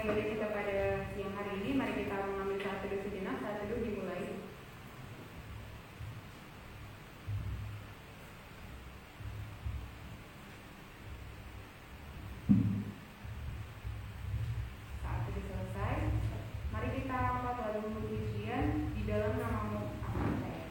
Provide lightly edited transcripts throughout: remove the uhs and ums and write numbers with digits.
materi kita pada siang hari ini. Mari kita mengambil saat teduh sejenak. Saat teduh dimulai. Saat teduh selesai, mari kita angkat lagu pujian Di Dalam Namamu Aku Percaya.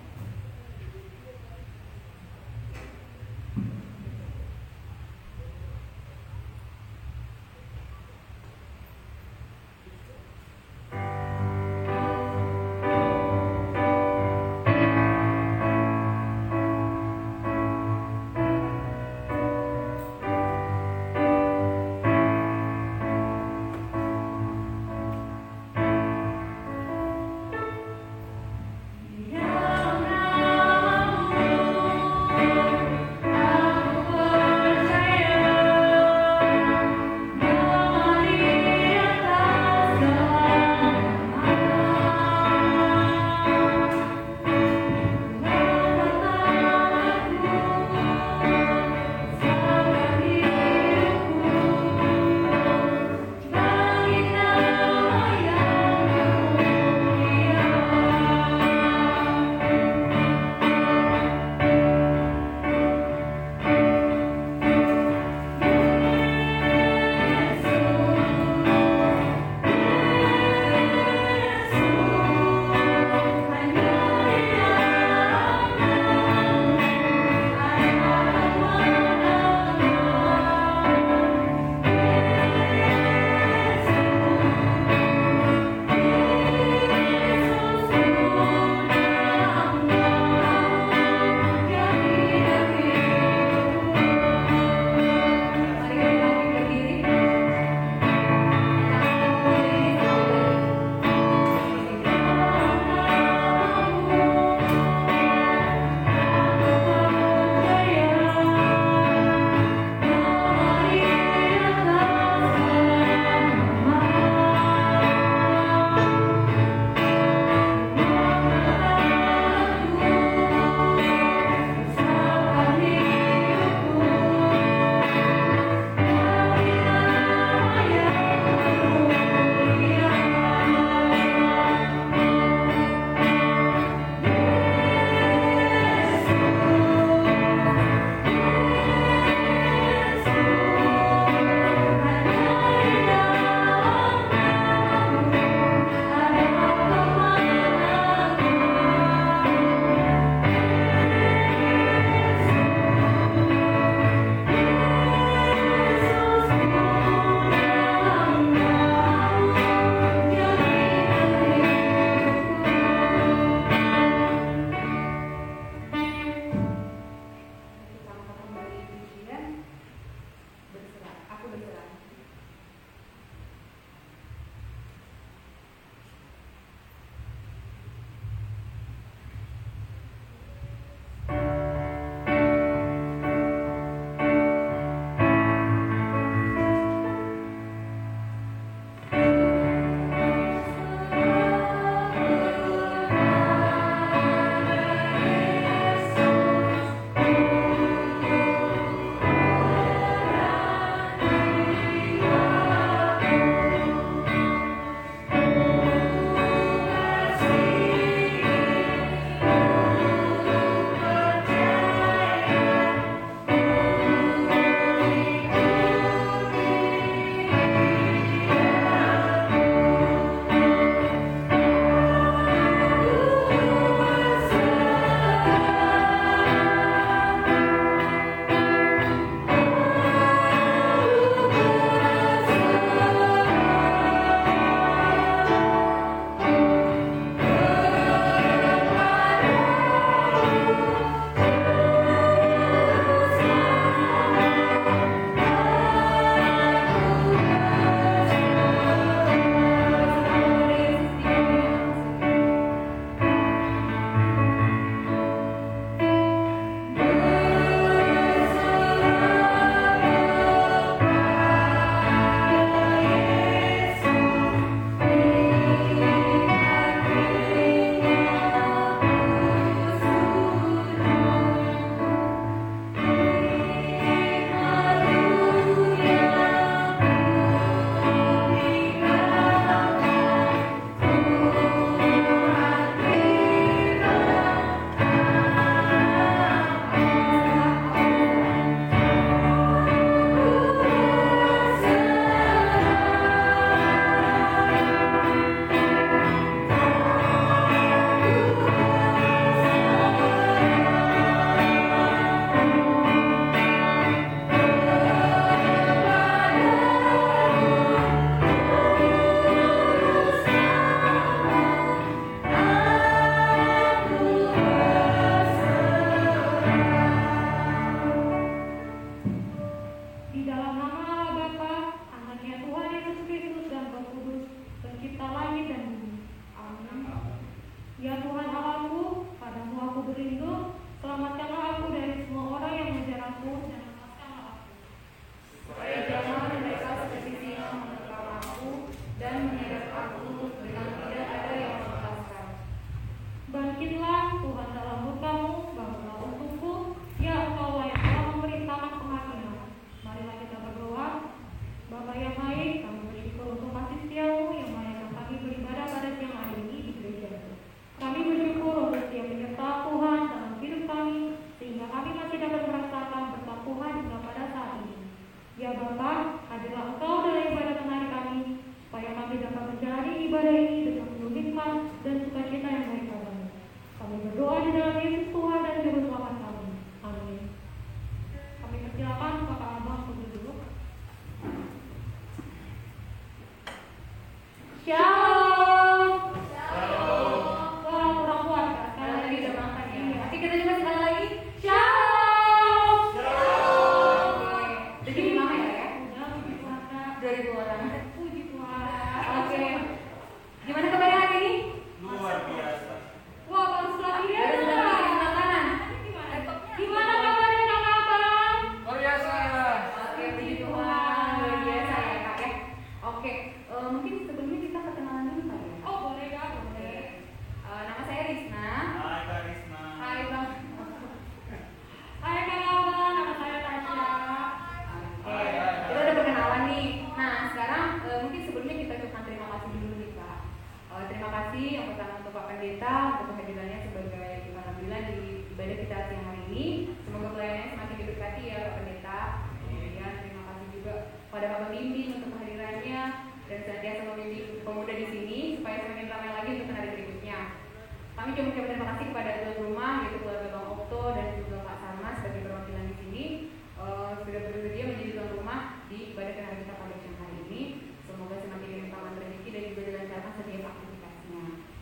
kasih yang pertama untuk Pak Pendeta untuk kehadirannya sebagai kepala bilan di ibadah kita siang hari ini. Semoga pelayanannya semakin diberkati ya Pak Pendeta. Kemudian terima kasih juga pada Pak Pembimbing untuk kehadirannya dan senantiasa membimbing pemuda di sini supaya semakin ramai lagi untuk hari berikutnya. Kami juga mengucapkan terima kasih kepada tuan rumah yaitu keluarga Bang Okto dan juga Pak Sarma sebagai perwakilan di sini sudah bersedia menjadi tuan rumah di ibadah hari kita pada siang hari ini. Semoga semakin dilimpahkan rezeki dan juga dilancarkan setiap aktivitasnya.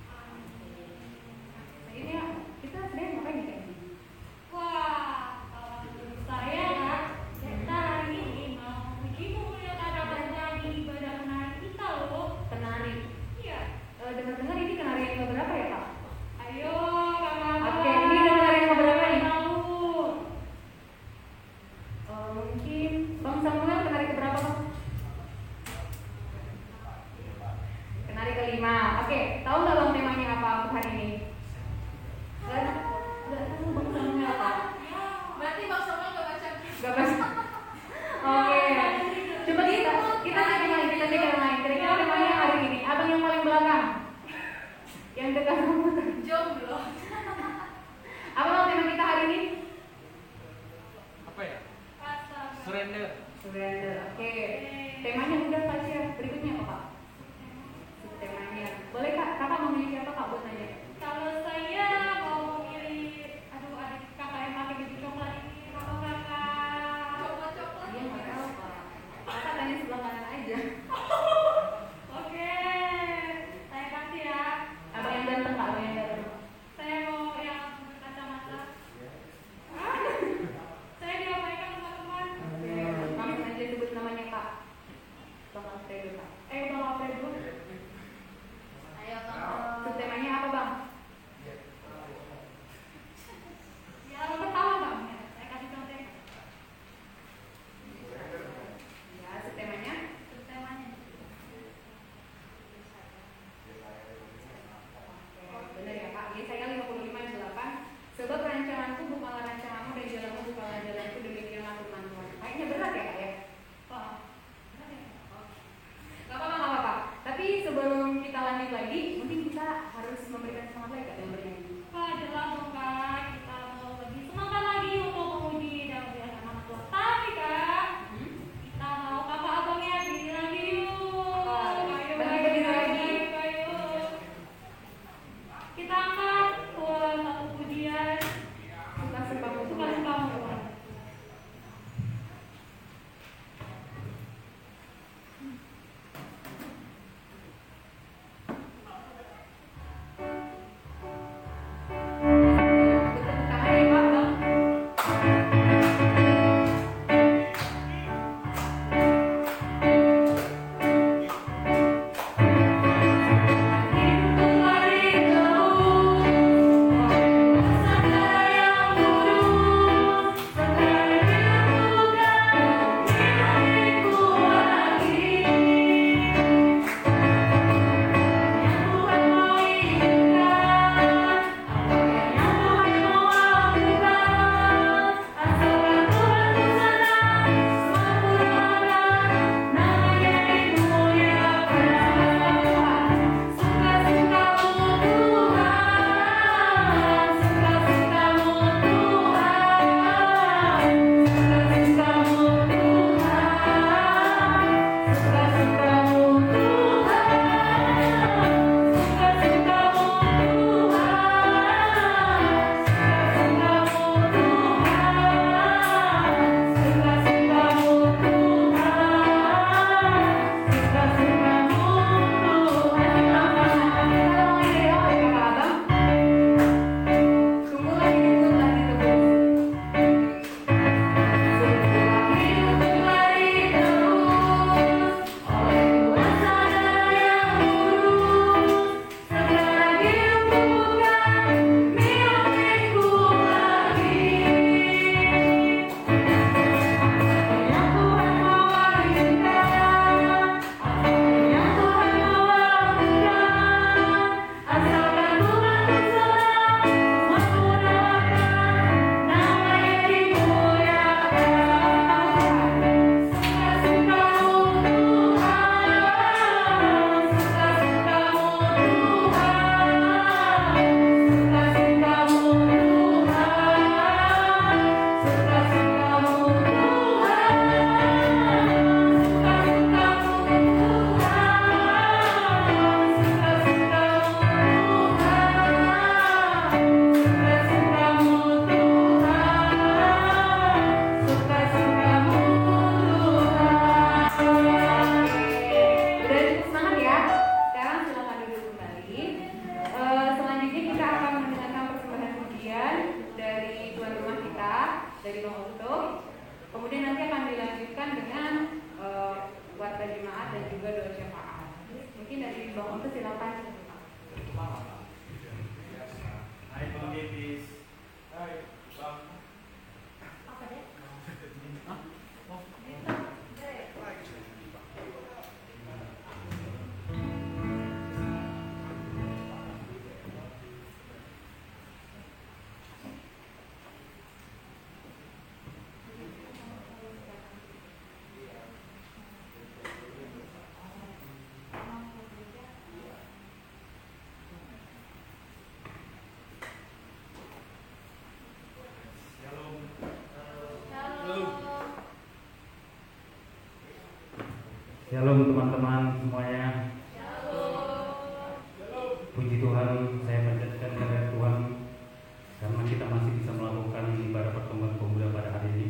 Nah, ini ya, kita sedang ngapain nih Kak? Wah, kalau menurut saya Kak, kita hari ini mau bikin ada terjadi ibadah menari kita loh. Kenari. Iya. Dengar-dengar ini kenari yang keberapa ya Kak? Ayo kakak. Oke, ini kenari yang keberapa nih? Tahu. Mungkin Bang Samuel kenari keberapa Bang? Kenari kelima. Oke, tahu nggak Bang temanya apa untuk hari ini? Nggak tahu Bang Samuel apa? Berarti Bang Samuel gak baca. Gak baca. Oke. Coba kita cek yang lain, kita cek yang lain. Kira-kira temanya hari ini. Abang yang paling belakang. Yang dekat komputer. Jomblo. Apa Bang tema kita hari ini? Apa ya? Rasa. Surrender. Surrender. Oke. Temanya udah Kak Cia. Berikutnya apa Kak? Temanya. Boleh Kak, Kakak mau milih siapa Kak buat nanya? Kalau saya mau pilih, aduh adik kakak yang pakai baju coklat ini, kakak. Coklat. Iya nggak tahu Kak. Kakak tanya sebelah kanan aja. Oke, saya kasih ya. Abang yang ganteng Kak, abang yang ganteng. Saya mau yang berkacamata. Saya diabaikan teman-teman. Oke, langsung aja sebut namanya Kak. Bang dari Bang Otto. Kemudian nanti akan dilanjutkan dengan warga jemaat dan juga doa syafaat. Mungkin dari Bang Otto silakan. Hai Bang Davis. Hai Bang. Apa deh? Shalom teman-teman semuanya. Puji Tuhan, saya panjatkan kepada Tuhan karena kita masih bisa melakukan ibadah pertemuan pemuda pada hari ini.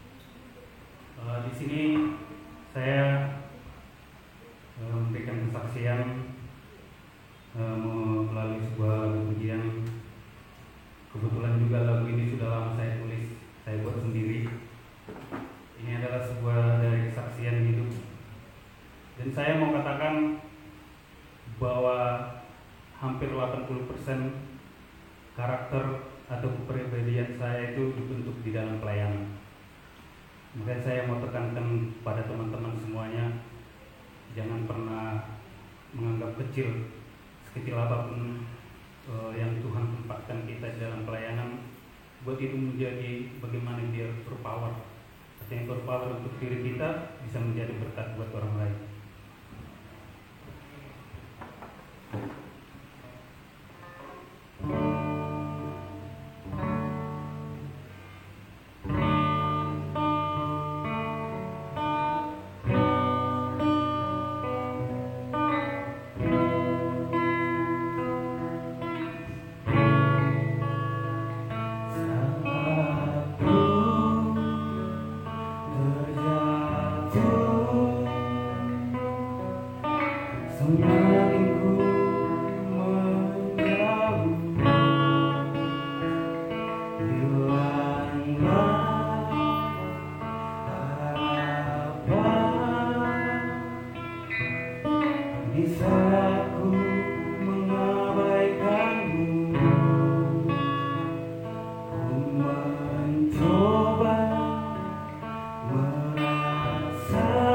Di sini saya memberikan kesaksian melalui sebuah lagu pujian. Kebetulan juga lagu ini sudah lama saya tulis, saya buat sendiri. Ini adalah sebuah dari kesaksian hidup. Dan saya mau katakan bahwa hampir 80% karakter atau kepribadian saya itu dibentuk di dalam pelayanan. Makanya saya mau tekankan pada teman-teman semuanya, jangan pernah menganggap kecil, sekecil apapun yang Tuhan tempatkan kita di dalam pelayanan. Buat itu menjadi bagaimana dia berpower. Artinya berpower untuk diri kita bisa menjadi berkat buat orang lain. Mencoba merasa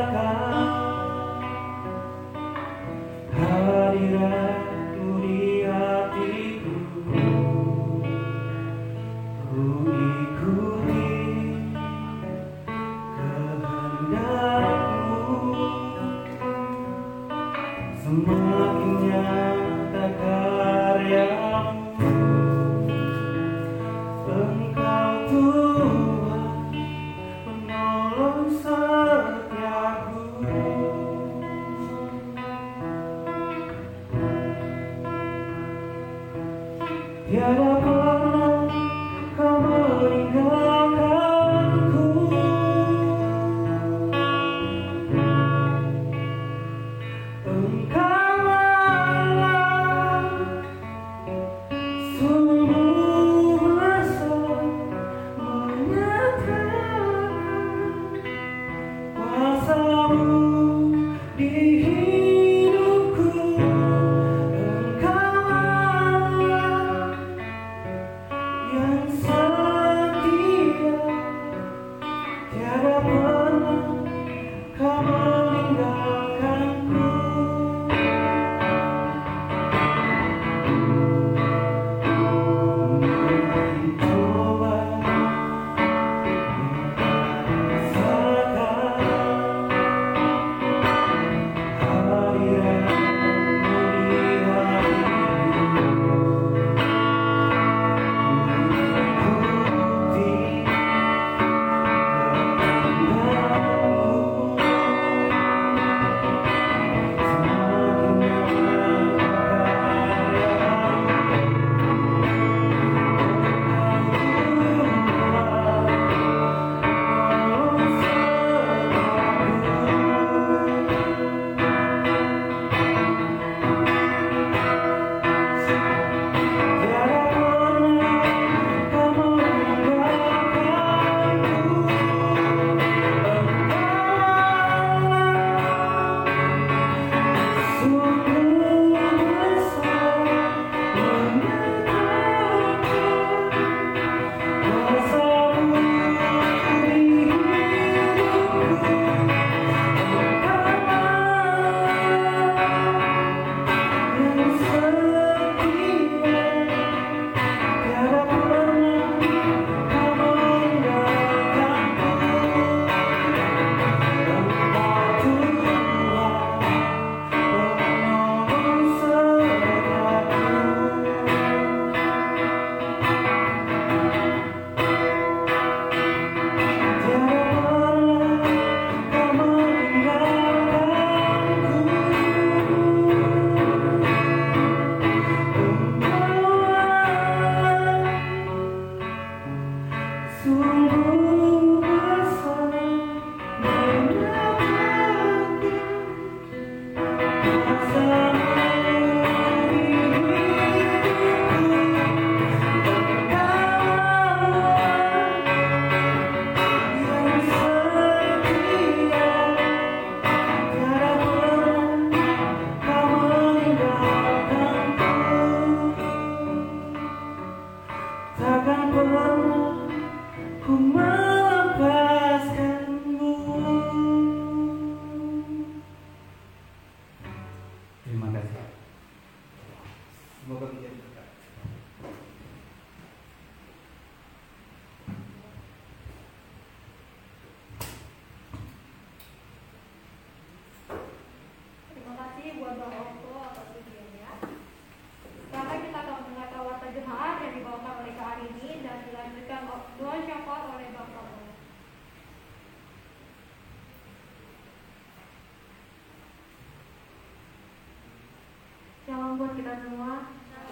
Shalom buat kita semua.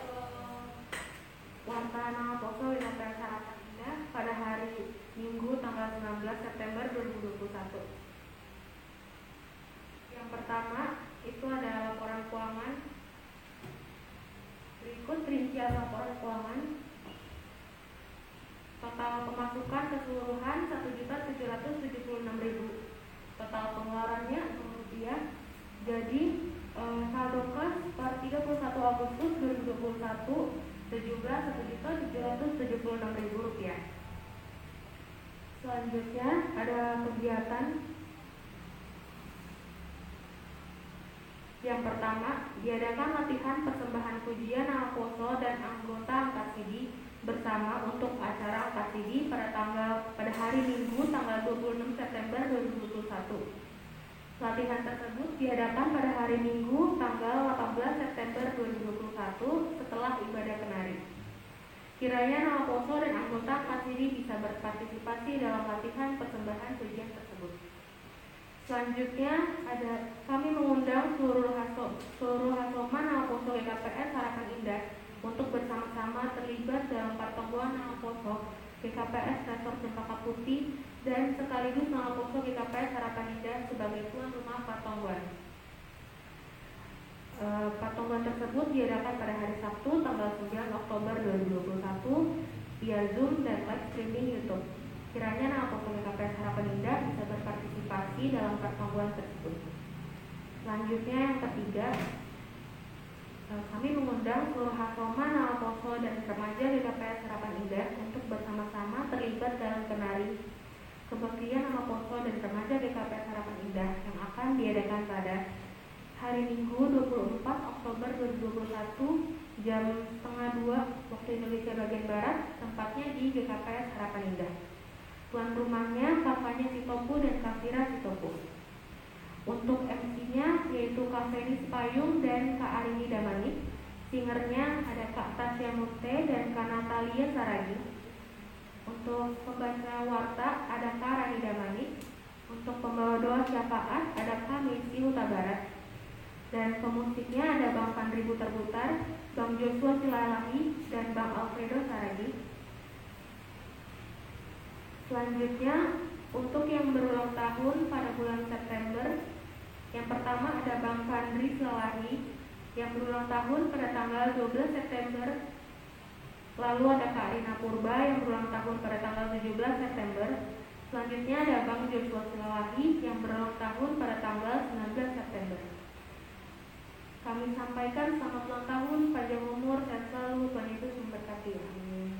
Warta Nama Poso WKPS Harapan Indah pada hari Minggu tanggal 19 September 2021. Yang pertama itu adalah laporan keuangan. Berikut rincian laporan keuangan. Total pemasukan keseluruhan 1.776.000. Total pengeluarannya Rp0. Jadi saldo kas per 31 Agustus 2021 sejumlah Rp1.776.000. Selanjutnya ada kegiatan. Yang pertama, diadakan latihan persembahan pujian Nama Poso dan anggota Angkasidi bersama untuk acara Angkasidi pada hari Minggu tanggal 26 September 2021. Latihan tersebut diadakan pada hari Minggu tanggal 18 September 2021 setelah ibadah kenari. Kiranya Nama Poso dan anggota Angkasidi bisa berpartisipasi dalam latihan persembahan pujian tersebut. Selanjutnya kami mengundang seluruh Hasoma Nama Poso GKPS Harapan Indah untuk bersama-sama terlibat dalam pertemuan Nama Poso GKPS Resort Cempaka Putih dan sekaligus Nama Poso GKPS Harapan Indah sebagai tuan rumah pertemuan. Pertemuan tersebut diadakan pada hari Sabtu tanggal 9 Oktober 2021 via Zoom dan live streaming YouTube. Kiranya Nama Poso GKPS Harapan Indah bisa berpartisipasi dalam pertemuan tersebut. Selanjutnya yang ketiga, kami mengundang seluruh Hasoma Nama Poso dan remaja GKPS Harapan Indah untuk bersama-sama terlibat dalam kenari kebaktian Nama Poso dan remaja GKPS Harapan Indah yang akan diadakan pada hari Minggu 24 Oktober 2021 jam 1:30 waktu Indonesia bagian Barat, tempatnya di GKPS Harapan Indah. Tuan rumahnya kampanye Sitopu dan Kafira Sitopu. Untuk MC-nya yaitu Kak Feni Payung dan Kak Arini Damani. Singernya ada Kak Tasya Murte dan Kak Natalia Saragi. Untuk pembaca warta ada Kak Rani Damani. Untuk pembawa doa syafaat ada Kak Messi Huta Barat. Dan pemusiknya ada Bang Pandri Butar-Butar, Bang Joshua Silalahi, dan Bang Alfredo Saragi. Selanjutnya untuk yang berulang tahun pada bulan September, yang pertama ada Bang Pandri Silalahi yang berulang tahun pada tanggal 12 September. Lalu ada Kak Rina Purba yang berulang tahun pada tanggal 17 September. Selanjutnya ada Bang Joshua Silalahi yang berulang tahun pada tanggal 19 September. Kami sampaikan selamat ulang tahun, panjang umur, dan selalu Tuhan Yesus memberkati. Amin.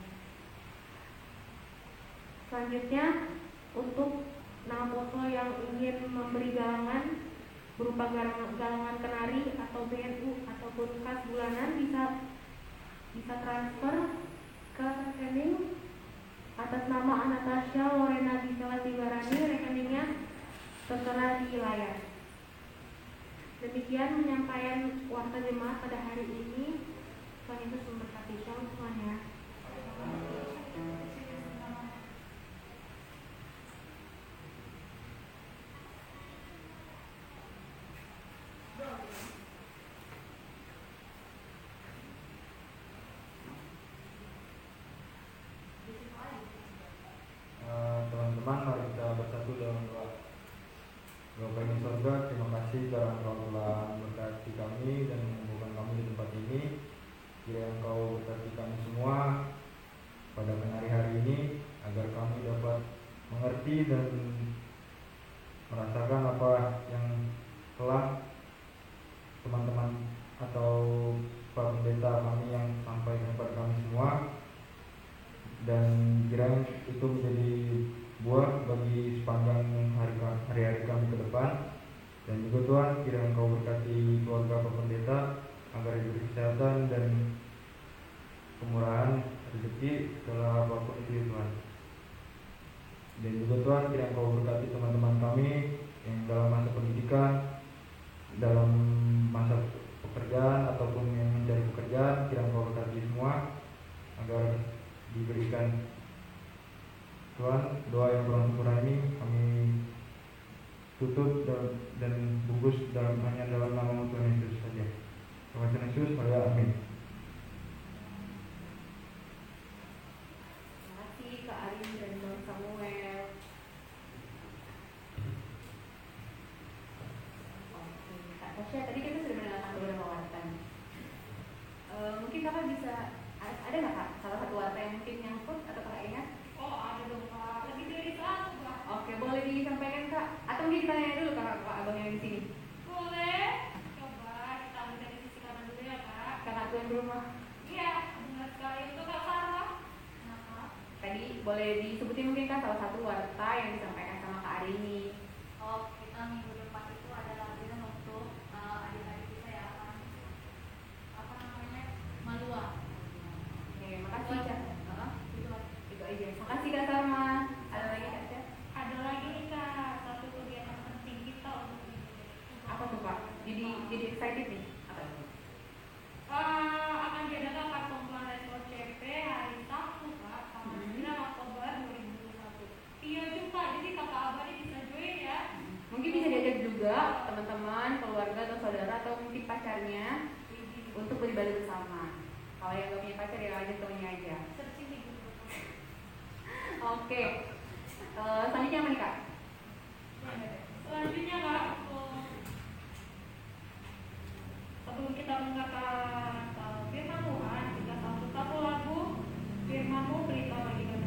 Selanjutnya untuk Nama Poso yang ingin memberi galangan berupa galangan kenari atau BNU ataupun kas bulanan bisa transfer ke rekening atas nama Anastasia Lorena Gisela Tibarani, rekeningnya tertera di layar. Demikian penyampaian warta jemaat pada hari ini. Tuhan Yesus memberkati. Shalom semuanya. Teman-teman, mari kita bersatu dalam doa. Bapa di surga, terima kasih karena Engkau telah memberkati kami dan mengumpulkan kami di tempat ini. Kiranya Engkau berkati kami semua pada hari ini agar kami dapat mengerti dan merasakan apa yang telah teman-teman atau Pak Pendeta kami yang sampaikan kepada kami semua, dan kiranya itu menjadi buah bagi sepanjang hari-hari kami ke depan. Dan juga Tuhan, kiranya Engkau berkati keluarga Pak Pendeta agar diberi kesehatan dan kemurahan rezeki segala apapun itu Tuhan. Dan juga Tuhan, kiranya Engkau berkati teman-teman kami yang dalam masa pendidikan, dalam masa pekerjaan ataupun yang mencari pekerjaan. Kiranya Engkau berkati semua agar diberikan Tuhan. Doa yang kurang sempurna ini kami tutup dan bungkus hanya dalam nama Tuhan Yesus saja. Tuhan Yesus, haleluya, amin. Terima kasih Kak Arin dan Bang Samuel. Oke, Kak Tasya, tadi kita sudah mendengarkan beberapa warta. Mungkin Kakak bisa, ada nggak Kak salah satu warta yang mungkin nyangkut atau Kakak ingat? Oh, ada dong Kak. Lebih dari satu Kak. Oke, boleh disampaikan Kak? Atau mungkin kita tanya dulu Kak Abang yang di sini. Boleh. Coba kita ambil dari sisi kanan dulu ya Kak. Kakak tuan rumah. Iya, benar sekali untuk Kak Sarah. Kenapa? Tadi boleh disebutin mungkin Kak salah satu warta yang disampaikan sama Kak Arin ini. Oh, kita minggu depan itu ada latihan untuk adik-adik kita ya kan. Apa namanya? Malua. Oke, makasih Kak. Itu aja. Itu aja. Makasih Kak Salma. Ada lagi Kak Cia? Ada lagi nih Kak, satu kegiatan penting kita untuk minggu depan. Apa tuh Kak? Jadi excited nih. Apa itu? Akan diadakan pertemuan Resto CP hari Sabtu Kak, tanggal 9 Oktober 2021. Iya juga, jadi kakak abang ini bisa join ya. Mungkin bisa diajak juga teman-teman, keluarga atau saudara atau mungkin pacarnya untuk beribadah bersama. Kalau yang gak punya pacar ya ajak temennya aja. Searching di Google. Oke. Selanjutnya apa nih Kak? Selanjutnya Kak, sebelum kita mendengarkan firman Tuhan, kita satu lagu firman-Mu berita bagi kami.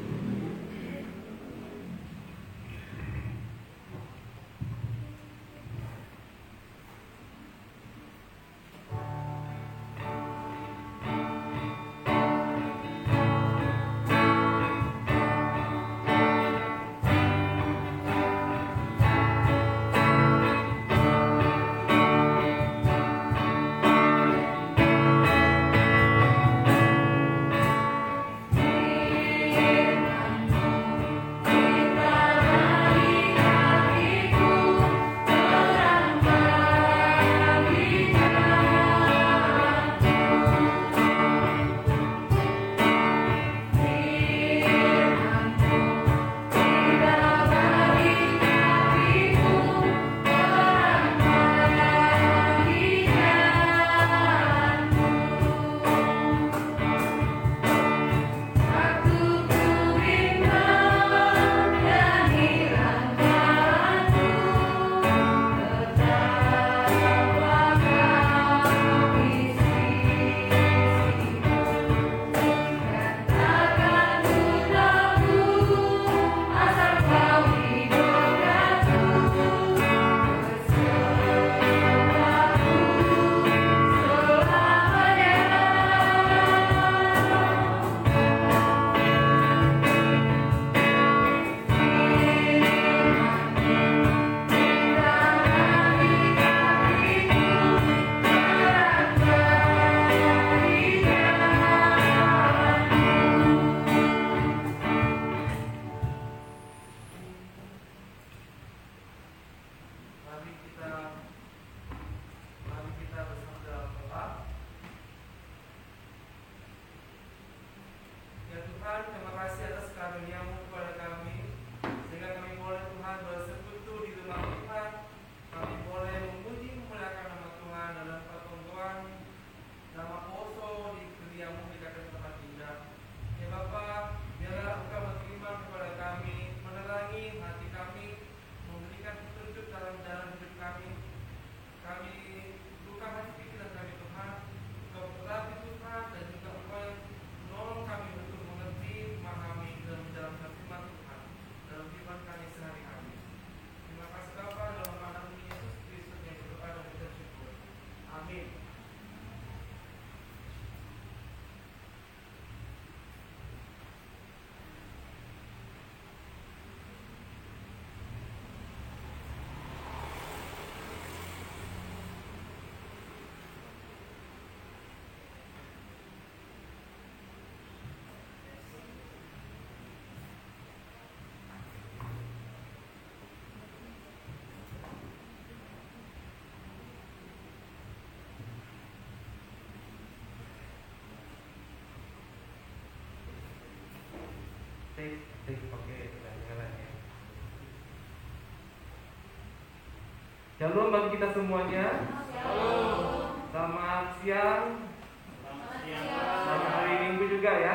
Oke, jalan ya. Shalom bagi kita semuanya. Shalom. Selamat siang. Selamat hari Minggu juga ya.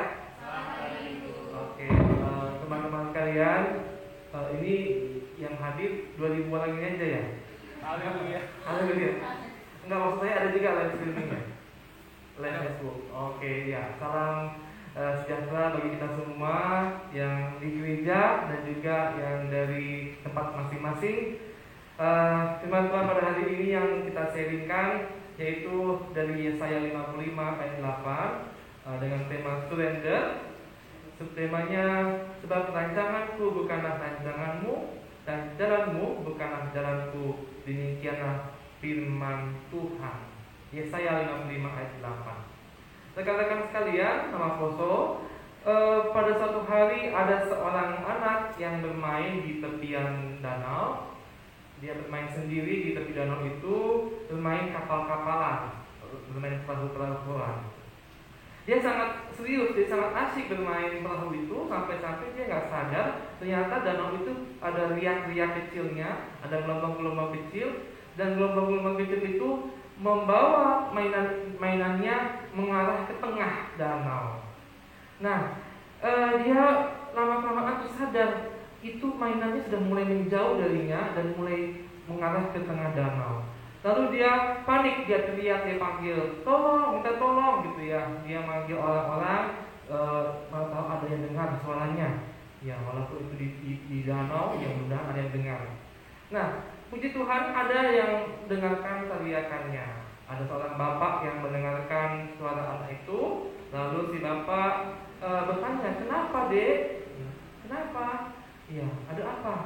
Oke, teman-teman kalian, ini yang hadir 2000 orang ini aja ya. Haleluya. Haleluya. Enggak, maksud saya ada juga live streamingnya, live Facebook. Oke ya, salam sejahtera bagi kita semua yang di gereja dan juga yang dari tempat masing-masing. Firman Tuhan pada hari ini yang kita sharingkan yaitu dari Yesaya 55 ayat 8 dengan tema surrender. Subtemanya, sebab rancanganku bukanlah rancanganmu dan jalanmu bukanlah jalanku, demikianlah firman Tuhan. Yesaya 55 ayat 8. Rekan-rekan sekalian, nama Poso, pada suatu hari ada seorang anak yang bermain di tepian danau. Dia bermain sendiri di tepi danau itu, bermain kapal-kapalan, bermain perahu-perahuan. Dia sangat serius, dia sangat asyik bermain perahu itu, sampai-sampai dia nggak sadar ternyata danau itu ada riak-riak kecilnya, ada gelombang-gelombang kecil, dan gelombang-gelombang kecil itu membawa mainannya mengarah ke tengah danau. Nah, dia lama-kelamaan sadar itu mainannya sudah mulai menjauh darinya dan mulai mengarah ke tengah danau. Lalu dia panik, dia teriak, dia panggil, tolong, minta tolong gitu ya. Dia manggil orang-orang, mau tahu ada yang dengar suaranya. Ya, walaupun itu di danau, ya mudah ada yang dengar. Nah, puji Tuhan ada yang dengarkan teriakannya. Ada seorang bapak yang mendengarkan suara anak itu. Lalu si bapak bertanya, kenapa dek? Kenapa? Ya, ada apa?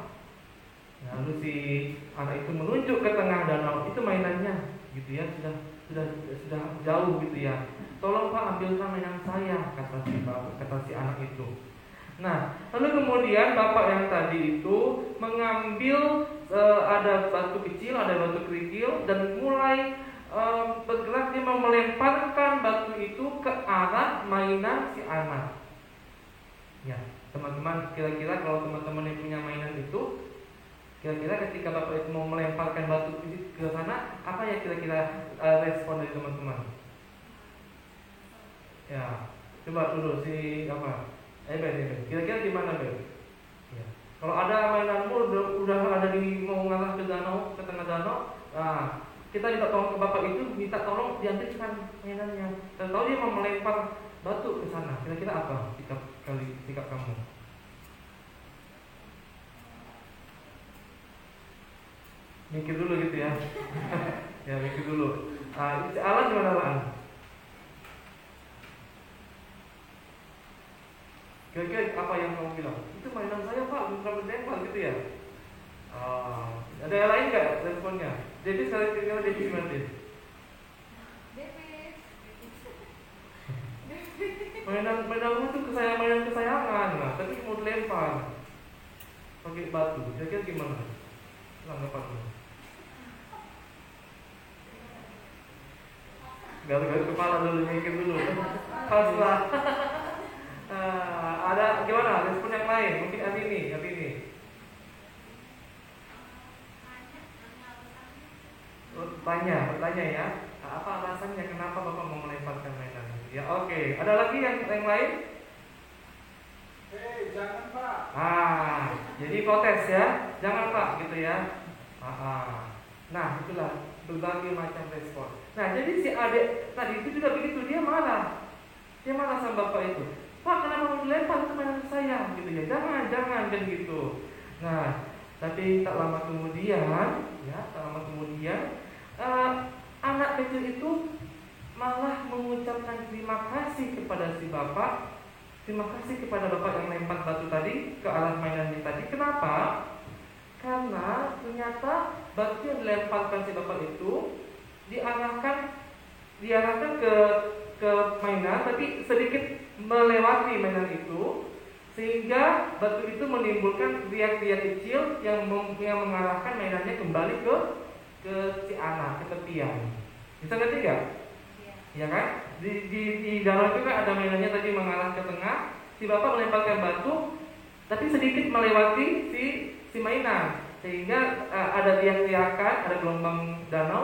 Lalu si anak itu menunjuk ke tengah danau. Itu mainannya, gitu ya, sudah jauh gitu ya. Tolong Pak, ambilkan mainan saya, kata si anak itu. Nah, lalu kemudian bapak yang tadi itu mengambil ada batu kecil, ada batu kerikil, dan mulai bergerak. Dia mau melemparkan batu itu ke arah mainan si anak. Ya, teman-teman, kira-kira kalau teman-teman yang punya mainan itu, kira-kira ketika bapak itu mau melemparkan batu ke sana, apa ya kira-kira respon dari teman-teman? Ya, coba dulu si apa? Ben, kira-kira gimana Ben? Ya. Kalau ada mainanmu udah ada di mau ngarah ke danau, ke tengah danau, nah kita minta tolong ke bapak itu, minta tolong diambilkan mainannya. Dan tahu dia mau melempar batu ke sana, kira-kira apa sikap kamu? Mikir dulu gitu ya. Ya, mikir dulu. Alan gimana Alan? Kira-kira apa yang kamu bilang? Itu mainan saya Pak, bukan berlempar gitu ya. Ada yang lain nggak responnya? Jadi sekali kira Devi gimana deh? Mainan itu mainan kesayangan, nah, tapi mau dilempar pakai batu. Kira-kira gimana? Tanggapanmu? Garuk-garuk kepala dulu, mikir dulu. Pasrah. Ada gimana respon yang lain? Mungkin hari ini. Bertanya ya. Apa alasannya kenapa Bapak mau melemparkan mainan? Ya oke. Ada lagi yang lain? Jangan Pak. Jadi protes ya. Jangan Pak gitu ya. Nah, itulah berbagai macam respon. Nah, jadi si adik tadi itu juga begitu, dia marah. Dia marah sama bapak itu. Pak, kenapa mau dilempar ke mainan saya? Gitu ya. Jangan kan gitu. Nah, tapi tak lama kemudian, anak kecil itu malah mengucapkan terima kasih kepada si bapak. Terima kasih kepada bapak yang lempar batu tadi ke arah mainannya tadi. Kenapa? Karena ternyata batu yang dilemparkan si bapak itu diarahkan ke mainan, tapi sedikit melewati mainan itu, sehingga batu itu menimbulkan riak-riak kecil yang mengarahkan mainannya kembali ke si anak, ke tepian. Bisa ngerti nggak? Ya kan? Di dalam itu kan ada mainannya tadi mengarah ke tengah. Si bapak melemparkan batu, tapi sedikit melewati si mainan, sehingga ada riak-riakan, ada gelombang danau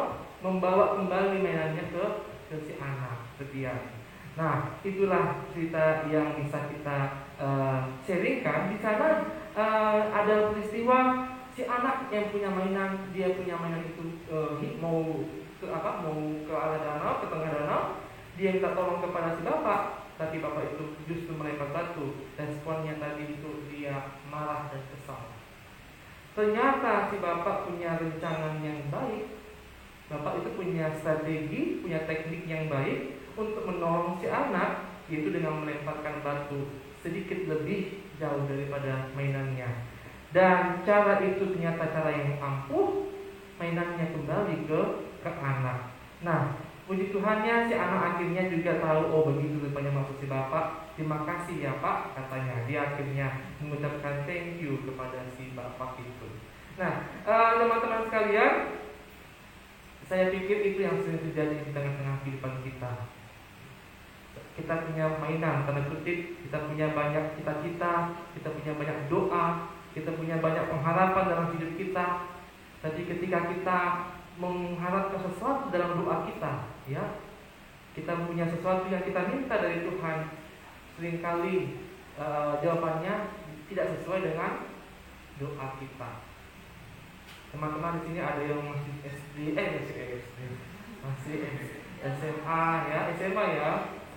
membawa kembali mainannya ke si anak setia. Nah, itulah cerita yang bisa kita sharingkan. Di sana ada peristiwa si anak yang punya mainan, dia punya mainan itu mau ke arah danau, ke tengah danau. Dia minta tolong kepada si bapak, tapi bapak itu justru melempar batu. Responnya tadi itu dia marah dan kesal. Ternyata si bapak punya rencangan yang baik. Bapak itu punya strategi, punya teknik yang baik untuk menolong si anak, yaitu dengan melemparkan batu sedikit lebih jauh daripada mainannya. Dan cara itu ternyata cara yang ampuh, mainannya kembali ke anak. Nah, puji Tuhannya si anak akhirnya juga tahu, oh begitu rupanya maksud si bapak. Terima kasih ya pak, katanya. Dia akhirnya mengucapkan thank you kepada si bapak itu. Nah, teman-teman sekalian, saya pikir itu yang sering terjadi di tengah-tengah kehidupan kita. Kita punya mainan, tanda kutip, kita punya banyak cita-cita, kita punya banyak doa, kita punya banyak pengharapan dalam hidup kita. Tapi ketika kita mengharapkan sesuatu dalam doa kita, ya, kita punya sesuatu yang kita minta dari Tuhan, seringkali jawabannya tidak sesuai dengan doa kita. Teman-teman di sini ada yang masih SD, masih SMA ya, SMA ya,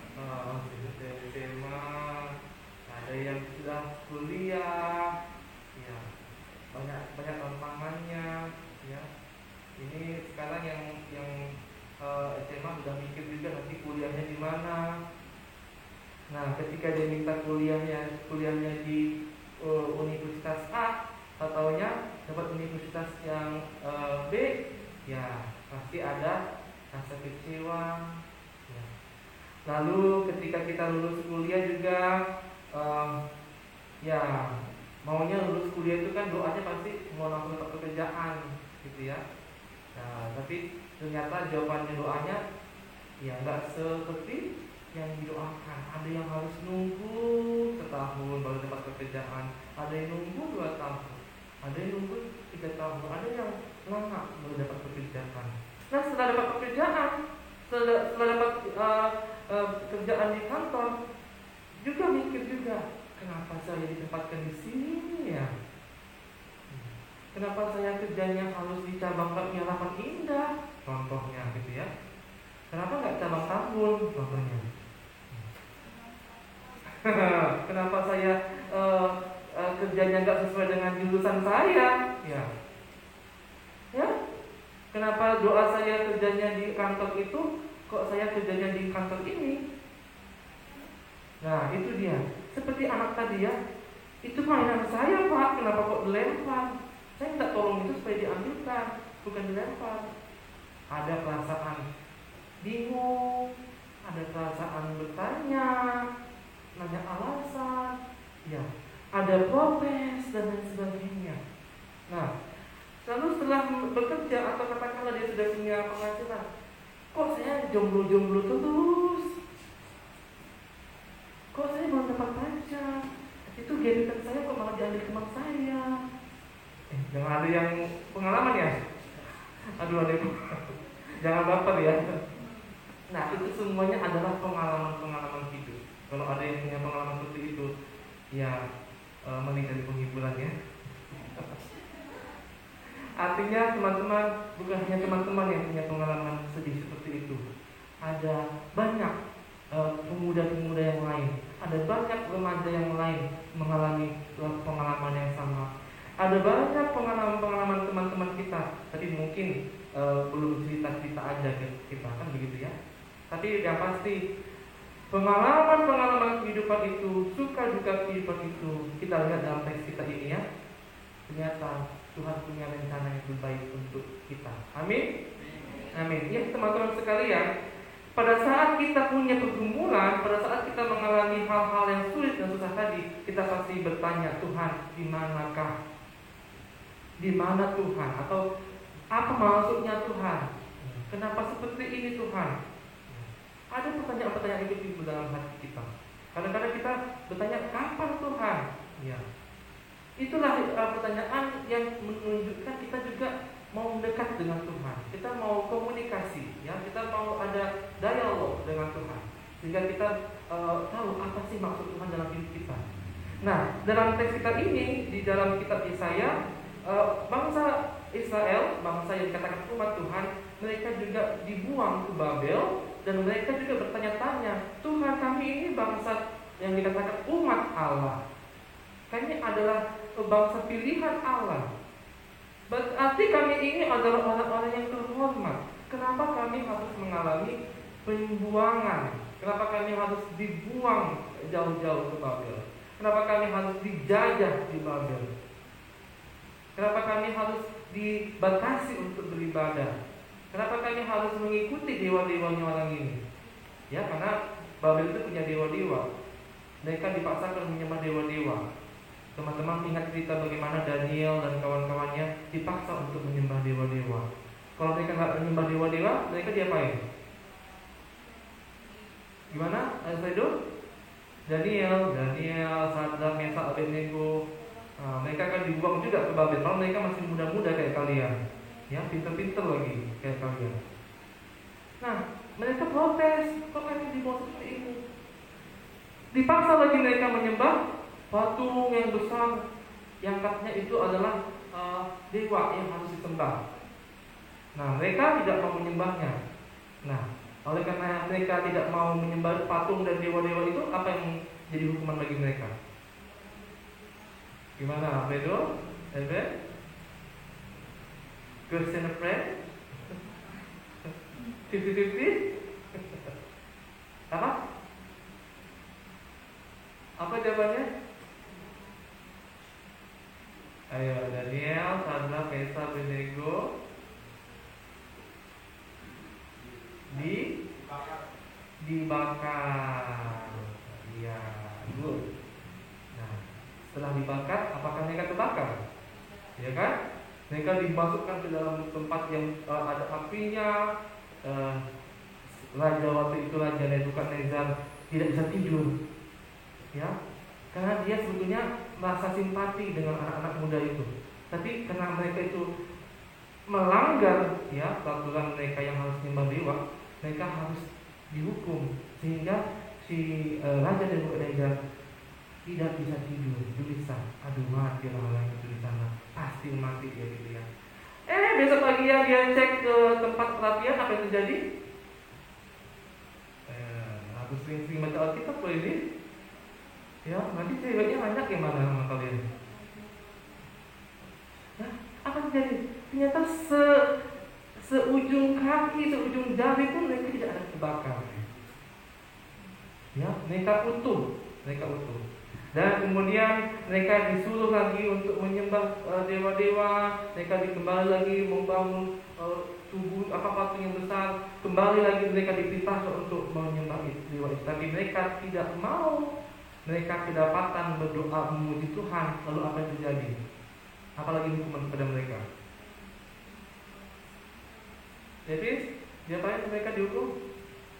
SMA, ada yang sudah kuliah, ya, banyak tantangannya, ya. Ini sekarang yang SMA sudah mikir juga nanti kuliahnya di mana. Nah, ketika dia minta kuliahnya di universitas A, taunya dapat universitas yang B, ya pasti ada rasa kecewa. Ya. Lalu ketika kita lulus kuliah juga, ya maunya lulus kuliah itu kan doanya pasti mau langsung dapat pekerjaan, gitu ya. Nah, tapi ternyata jawabannya doanya ya nggak seperti yang didoakan. Ada yang harus nunggu setahun baru dapat pekerjaan, ada yang nunggu 2 tahun, ada yang nunggu 3 tahun, ada yang lama baru dapat pekerjaan. Nah, setelah dapat pekerjaan, setelah dapat pekerjaan di kantor, juga mikir juga, kenapa saya ditempatkan di sini ya? Kenapa saya kerjanya harus di cabang penyalaman Indah, contohnya gitu ya? Kenapa nggak cabang Tambun, contohnya? Kenapa saya kerjanya nggak sesuai dengan jurusan saya? Ya. Kenapa doa saya kerjanya di kantor itu, kok saya kerjanya di kantor ini? Nah, itu dia. Seperti anak tadi ya, itu mainan saya pak, kenapa kok dilempar? Saya minta tolong itu supaya diambilkan, bukan dilempar. Ada perasaan bingung, ada perasaan bertanya, nanya alasan, ya, ada protes dan lain sebagainya. Nah, lalu setelah bekerja atau katakanlah dia sudah punya penghasilan, kok saya jomblo-jomblo terus? Kok saya belum dapat pacar? Itu gebetan saya kok malah diambil teman saya? Jangan ada yang pengalaman ya? Aduh, ada yang jangan baper ya. Nah, itu semuanya adalah pengalaman-pengalaman hidup. Kalau ada yang punya pengalaman seperti itu, ya mending dari penghiburan ya. Artinya teman-teman, bukan hanya teman-teman yang punya pengalaman sedih seperti itu. Ada banyak pemuda-pemuda yang lain, ada banyak remaja yang lain mengalami pengalaman yang sama. Ada banyak pengalaman-pengalaman teman-teman kita, tapi mungkin belum cerita-cerita aja kita kan begitu ya. Tapi yang pasti pengalaman-pengalaman kehidupan itu, suka duka kehidupan itu, kita lihat dalam teks kita ini ya. Ternyata Tuhan punya rencana yang terbaik untuk kita. Amin. Amin. Ya teman-teman sekalian, pada saat kita punya pergumulan, pada saat kita mengalami hal-hal yang sulit dan susah tadi, kita pasti bertanya, Tuhan, di manakah? Di mana Tuhan? Atau apa maksudnya Tuhan? Kenapa seperti ini Tuhan? Ada pertanyaan-pertanyaan itu timbul dalam hati kita. Kadang-kadang kita bertanya, kapan Tuhan? Ya. Itulah pertanyaan yang menunjukkan kita juga mau mendekat dengan Tuhan. Kita mau komunikasi Nah, dalam teks kita ini, di dalam kitab Yesaya, bangsa Israel, bangsa yang dikatakan umat Tuhan, mereka juga dibuang ke Babel, dan mereka juga bertanya-tanya, Tuhan, kami ini bangsa yang dikatakan umat Allah, kami adalah bangsa pilihan Allah, berarti kami ini adalah orang-orang yang terhormat. Kenapa kami harus mengalami pembuangan? Kenapa kami harus dibuang jauh-jauh ke Babel? Kenapa kami harus dijajah di Babel? Kenapa kami harus dibatasi untuk beribadah? Kenapa kami harus mengikuti dewa-dewanya orang ini? Ya, karena Babel itu punya dewa-dewa. Mereka dipaksakan menyembah dewa-dewa. Teman-teman ingat cerita bagaimana Daniel dan kawan-kawannya dipaksa untuk menyembah dewa-dewa. Kalau mereka nggak menyembah dewa-dewa, mereka diapain? Gimana, Alfredo? Daniel, Sadrak, Mesak, Abednego, mereka akan dibuang juga ke Babel. Kalau mereka masih muda-muda kayak kalian, ya, pinter-pinter lagi kayak kalian. Nah, mereka protes, kok kami dibawa seperti itu? Dipaksa lagi mereka menyembah patung yang besar, yang katanya itu adalah dewa yang harus disembah. Nah, mereka tidak mau menyembahnya. Nah, oleh karena mereka tidak mau menyembah patung dan dewa-dewa itu, apa yang jadi hukuman bagi mereka? Gimana, Alfredo? Elbe? Question of friend? 50-50? Apa? Apa jawabannya? Ayo, Daniel, Sadrak, Mesak, Abednego dibakar. Iya, good. Nah, setelah dibakar, apakah mereka terbakar? Ya kan? Mereka dimasukkan ke dalam tempat yang ada apinya. Raja waktu itu, Raja Nebukadnezar, tidak bisa tidur, ya, karena dia sebetulnya merasa simpati dengan anak-anak muda itu. Tapi karena mereka itu melanggar, ya, peraturan mereka yang harus menyembah dewa, mereka harus dihukum, sehingga si Raja Nebukadnezar tidak bisa tidur, gelisah. Aduh, mati orang itu di sana, pasti mati dia gitu ya. Besok pagi ya dia cek ke tempat pelatihan, apa yang terjadi? Aku sering-sering baca Alkitab loh ini. Ya, nanti ceweknya banyak yang marah sama kalian. Nah, apa yang terjadi? Ternyata seujung kaki, seujung jari pun mereka tidak ada terbakar. Ya, mereka utuh. Dan kemudian mereka disuruh lagi untuk menyembah dewa-dewa. Mereka kembali lagi membangun tubuh patung yang besar. Kembali lagi mereka diperintahkan untuk menyembah dewa itu. Tapi mereka tidak mau. Mereka kedapatan berdoa memuji Tuhan. Lalu apa yang terjadi? Apalagi hukuman kepada mereka? Jadi, diapain mereka dihukum?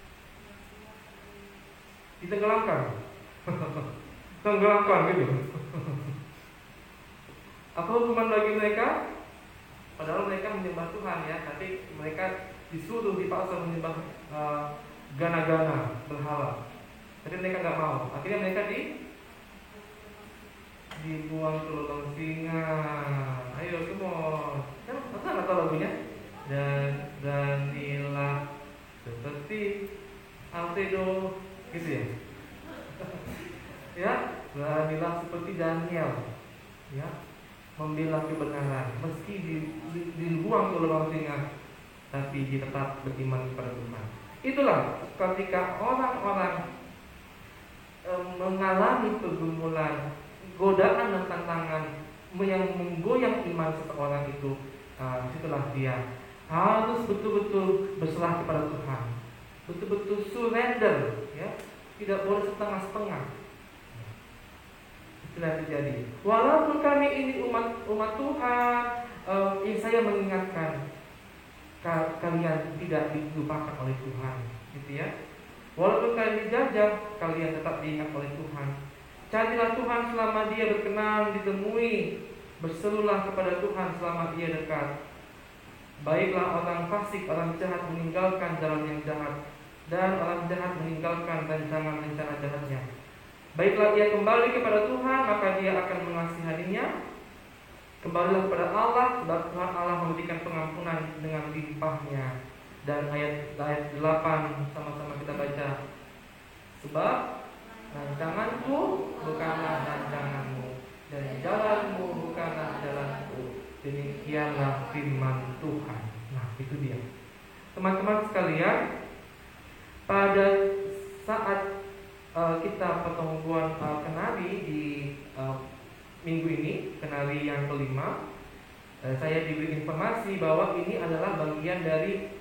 Ditenggelamkan. Tenggelamkan gitu. Apa hukuman bagi mereka? Padahal mereka menyembah Tuhan, ya, tapi mereka disuruh dipaksa menyembah gana-gana, berhala. Tapi mereka nggak mau. Akhirnya mereka dibuang ke lubang singa. Ayo semua. Masa nggak tahu lagunya? Dan beranilah seperti Alfredo, gitu ya. Ya, beranilah seperti Daniel, ya, membela kebenaran meski dibuang ke lubang singa, tapi dia tetap beriman kepada Tuhan. Itulah ketika orang-orang mengalami pergumulan, godaan dan tantangan yang menggoyang iman seseorang itu, disitulah dia harus betul-betul berserah kepada Tuhan, betul-betul surrender, ya, tidak boleh setengah-setengah. Itulah terjadi. Walaupun kami ini umat Tuhan, saya mengingatkan kalian tidak dilupakan oleh Tuhan, gitu ya. Walaupun kalian dijajah, kalian tetap diingat oleh Tuhan. Carilah Tuhan selama Dia berkenan ditemui. Berserulah kepada Tuhan selama Ia dekat. Baiklah orang fasik, orang jahat meninggalkan jalan yang jahat, dan orang jahat meninggalkan rancangan-rencana jahatnya. Baiklah ia kembali kepada Tuhan, maka dia akan mengasihaninya. Kembalilah kepada Allah, sebab Tuhan Allah memberikan pengampunan dengan limpahnya. Dan ayat 8 sama-sama kita baca. Sebab rancanganku bukanlah rancanganmu, dan jalanmu bukanlah jalanku. Demikianlah firman Tuhan. Nah, itu dia. Teman-teman sekalian, pada saat kita pertemuan kenari di minggu ini, kenari yang kelima, saya diberi informasi bahwa ini adalah bagian dari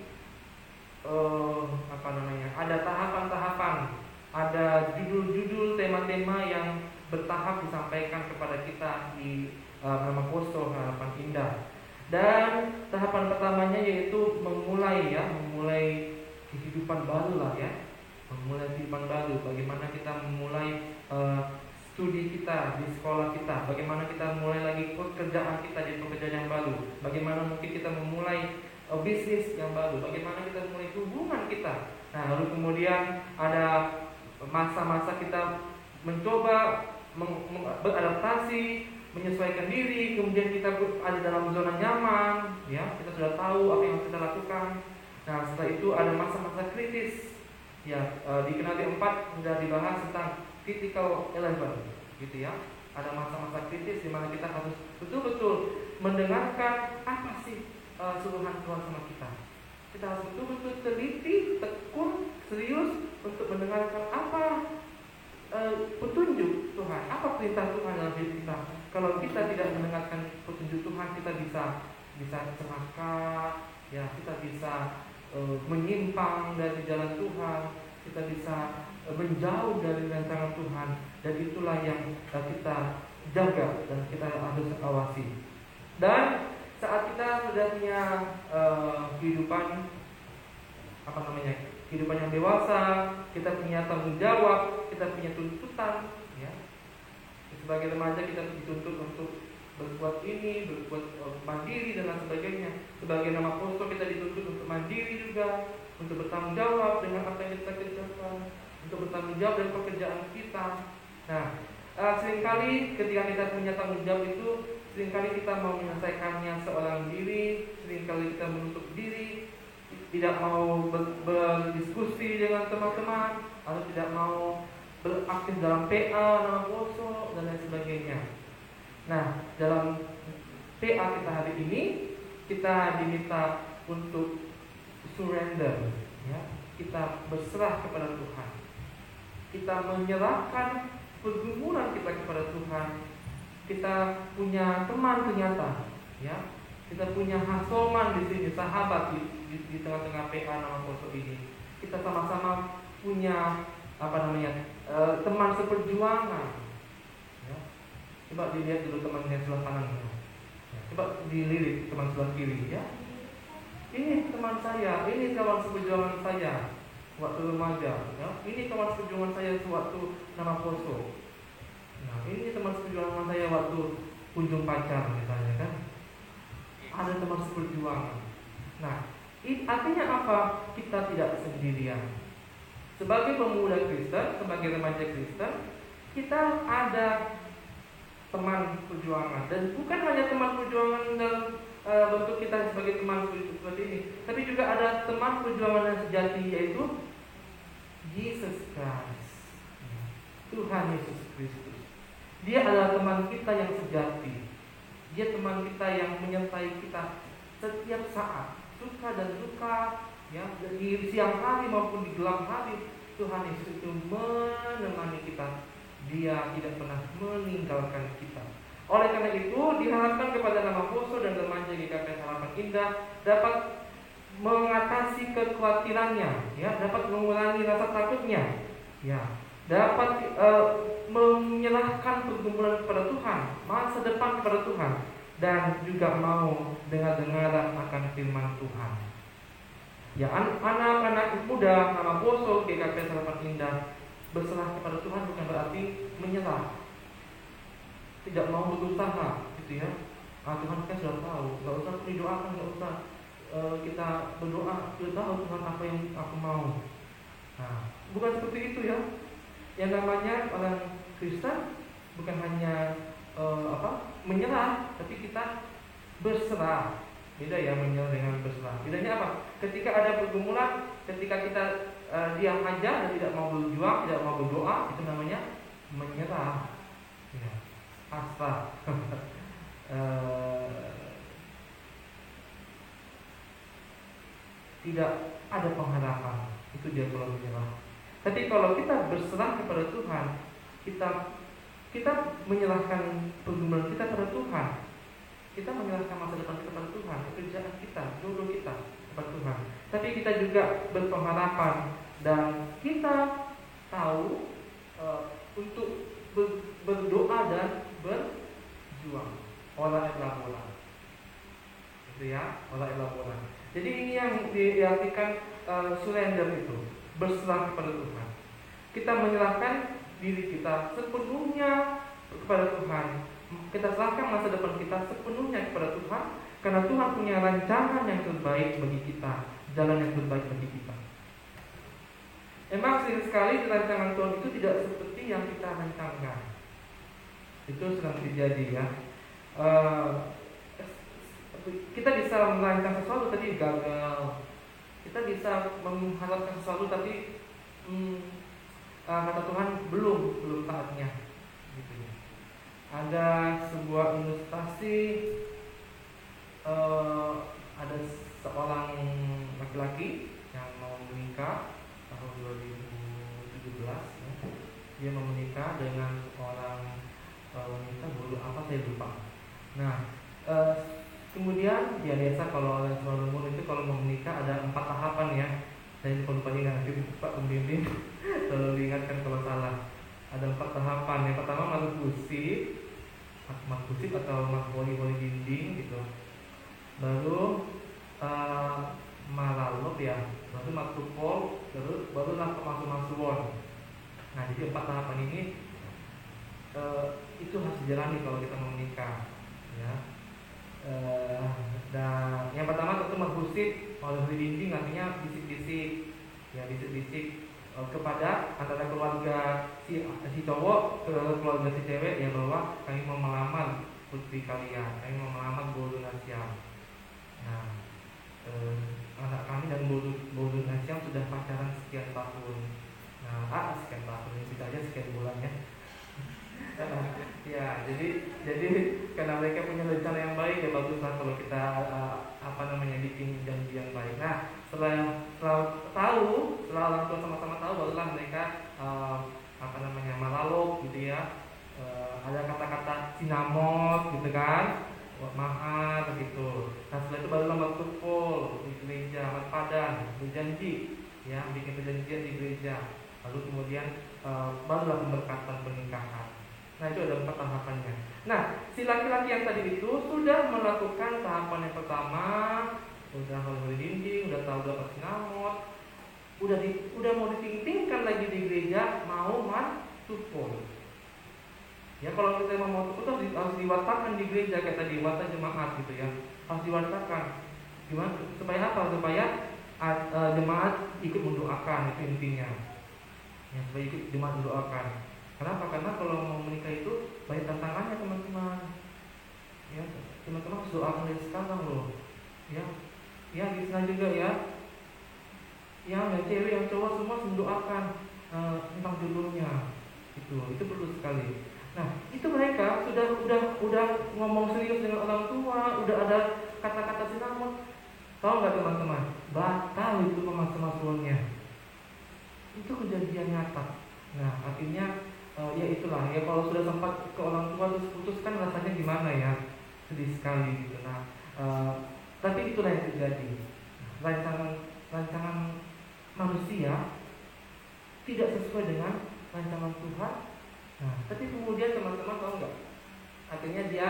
ada tahapan-tahapan, ada judul-judul, tema-tema yang bertahap disampaikan kepada kita di nama Poso Harapan Indah. Dan tahapan pertamanya yaitu memulai kehidupan baru lah ya, memulai kehidupan baru. Bagaimana kita memulai studi kita di sekolah kita, bagaimana kita memulai lagi pekerjaan kita di pekerjaan yang baru, bagaimana mungkin kita memulai bisnis yang baru, bagaimana kita memulai hubungan kita. Nah, lalu kemudian ada masa-masa kita mencoba beradaptasi, menyesuaikan diri, kemudian kita ada dalam zona nyaman, ya, kita sudah tahu apa yang harus kita lakukan. Nah, setelah itu ada masa-masa kritis, ya, di kenali 4 sudah dibahas tentang critical 11, gitu ya. Ada masa-masa kritis di mana kita harus betul-betul mendengarkan apa sih suruhan Tuhan sama kita. Kita harus betul-betul teliti, tekun, serius untuk mendengarkan apa petunjuk Tuhan, apa perintah Tuhan dalam hidup kita. Kalau kita tidak mendengarkan petunjuk Tuhan, kita bisa celaka, ya, kita bisa menyimpang dari jalan Tuhan, kita bisa menjauh dari rancangan Tuhan, dan itulah yang kita jaga dan kita harus awasi. Dan saat kita sudah punya kehidupan yang dewasa, kita punya tanggung jawab, kita punya tuntutan, ya. Sebagai remaja kita dituntut untuk berbuat ini, berbuat mandiri dan lain sebagainya. Sebagai nama Poso kita dituntut untuk mandiri juga, untuk bertanggung jawab dengan apa yang kita kerjakan, untuk bertanggung jawab dengan pekerjaan kita. Nah, seringkali ketika kita punya tanggung jawab itu, seringkali kita mau menyelesaikannya seorang diri, seringkali kita menutup diri, tidak mau berdiskusi dengan teman-teman, atau tidak mau beraktif dalam PA, nama Poso, dan lain sebagainya. Nah, dalam PA kita hari ini, kita diminta untuk surrender, ya. Kita berserah kepada Tuhan. Kita menyerahkan pergumulan kita kepada Tuhan. Kita punya teman ternyata, ya. Kita punya hasoman di sini, sahabat di tengah-tengah PA nama Poso ini. Kita sama-sama punya teman seperjuangan. Ya. Coba dilihat dulu teman yang sebelah kanan. Ya. Coba dilirik teman sebelah kiri, ya. Ini teman saya, ini kawan seperjuangan saya waktu remaja, ya. Ini kawan seperjuangan saya waktu nama Poso. Nah, ini teman seperjuangan saya waktu kunjung pacar misalnya, kan. Ada teman seperjuangan. Nah, artinya apa? Kita tidak sendirian. Sebagai pemuda Kristen, sebagai remaja Kristen, kita ada teman perjuangan. Dan bukan hanya teman perjuangan dalam bentuk kita sebagai teman seperti ini, tapi juga ada teman perjuangan yang sejati, yaitu Jesus Christ, Tuhan Yesus Kristus. Dia adalah teman kita yang sejati. Dia teman kita yang menyertai kita setiap saat, suka dan duka, ya, di siang hari maupun di gelap hari. Tuhan Yesus itu menemani kita. Dia tidak pernah meninggalkan kita. Oleh karena itu, diharapkan kepada nama Poso dan remaja GKP Harapan Indah dapat mengatasi kekhawatirannya, ya, dapat mengurangi rasa takutnya, ya, dapat menyerahkan pergumulan kepada Tuhan, masa depan kepada Tuhan, dan juga mau dengar-dengaran akan firman Tuhan. Ya, anak-anak muda nama Poso GKP Harapan Indah berserah kepada Tuhan bukan berarti menyerah, tidak mau berusaha, gitu ya. Tuhan kan sudah tahu, nggak usah didoakan, nggak usah kita berdoa, sudah tahu Tuhan apa yang aku mau. Nah, bukan seperti itu ya. Yang namanya orang Kristen bukan hanya menyerah, tapi kita berserah. Beda ya menyerah dengan berserah. Bedanya apa? Ketika ada pergumulan, ketika kita diam aja dan tidak mau berjuang, tidak mau berdoa, itu namanya menyerah. Ya, pasrah. Tidak ada pengharapan. Itu dia kalau menyerah. Tapi kalau kita berserah kepada Tuhan, kita menyerahkan pergumulan kita pada Tuhan. Kita menyerahkan masa depan kita pada Tuhan, pekerjaan kita, jodoh kita kepada Tuhan. Tapi kita juga berpengharapan dan kita tahu untuk berdoa dan berjuang. Olah elabola. Itu ya, olah elabola. Jadi ini yang diartikan surrender itu, berserah kepada Tuhan. Kita menyerahkan diri kita sepenuhnya kepada Tuhan. Kita serahkan masa depan kita sepenuhnya kepada Tuhan, karena Tuhan punya rancangan yang terbaik bagi kita, jalan yang terbaik bagi kita. Emang sering sekali rancangan Tuhan itu tidak seperti yang kita rancangkan. Itu sering terjadi ya. Kita bisa merancang sesuatu tapi gagal. Kita bisa mengharapkan sesuatu tapi kata Tuhan belum saatnya. Gitu ya. Ada sebuah ilustrasi, ada seorang laki-laki yang mau menikah tahun 2017 ya. Dia mau menikah dengan seorang wanita, dulu apa saya lupa. Nah, kemudian ya biasa kalau orang Solomon itu kalau mau menikah ada 4 tahapan ya. Saya lupa ingat, nanti Pak pembimbing selalu diingatkan kalau salah. Ada 4 tahapan. Yang pertama makbusip atau makboli dinding gitu. Baru malalop ya. Baru maktupol, barulah masuk-masuon. Nah, jadi 4 tahapan ini itu harus dijalani kalau kita mau menikah ya. Dan yang pertama tentu makbusip, kalau di dinding artinya bisik-bisik ya, bisik-bisik kepada antara keluarga si cowok ke keluarga si cewek ya, bahwa kami mau melamar putri kalian, kami mau melamar Bodo Nasyam. Nah, anak kami dan Bodo Nasyam sudah pacaran sekian tahun. Nah, sekian tahun ini bisa aja sekian bulan ya. Ya, jadi karena mereka punya rencana yang baik ya, baguslah kalau kita bikin janji yang baik. Nah, setelah orang tua sama-sama tahu, barulah mereka malalok gitu ya. Ada kata-kata sinamot gitu kan, mahal begitu. Nah, setelah itu barulah maktupol di gereja, padan, berjanji ya, bikin perjanjian di gereja. Lalu kemudian barulah pemberkatan pernikahan. Nah, itu ada 4 tahapannya. Nah, si laki-laki yang tadi itu sudah melakukan tahapan yang pertama, udah mulai dinding, udah tahu dapat sinamot, udah mau ditingtingkan lagi di gereja, mau mantupol. Ya, kalau kita mau mantupol harus diwartakan di gereja kayak tadi, warta jemaat gitu ya, harus diwartakan. Gimana? Supaya apa? Supaya jemaat ikut mendoakan, itu intinya. Ya, supaya ikut jemaat mendoakan. Kenapa? Karena kalau mau menikah itu banyak tantangannya teman-teman. Ya, teman-teman harus doakan dari sekarang loh. Ya, di sana juga ya. Yang cewek, yang cowok semua mendoakan tentang jodohnya. Itu perlu sekali. Nah, itu mereka udah ngomong serius dengan orang tua, udah ada kata-kata sinamot. Tahu nggak teman-teman? Batal itu mas-masuannya. Itu kejadian nyata. Nah, artinya ya itulah ya, kalau sudah sempat ke orang tua terus putuskan rasanya gimana ya, sedih sekali gitu. Nah, tapi itulah yang terjadi. Rancangan manusia tidak sesuai dengan rancangan Tuhan. Nah, tapi kemudian teman-teman tahu nggak? Artinya dia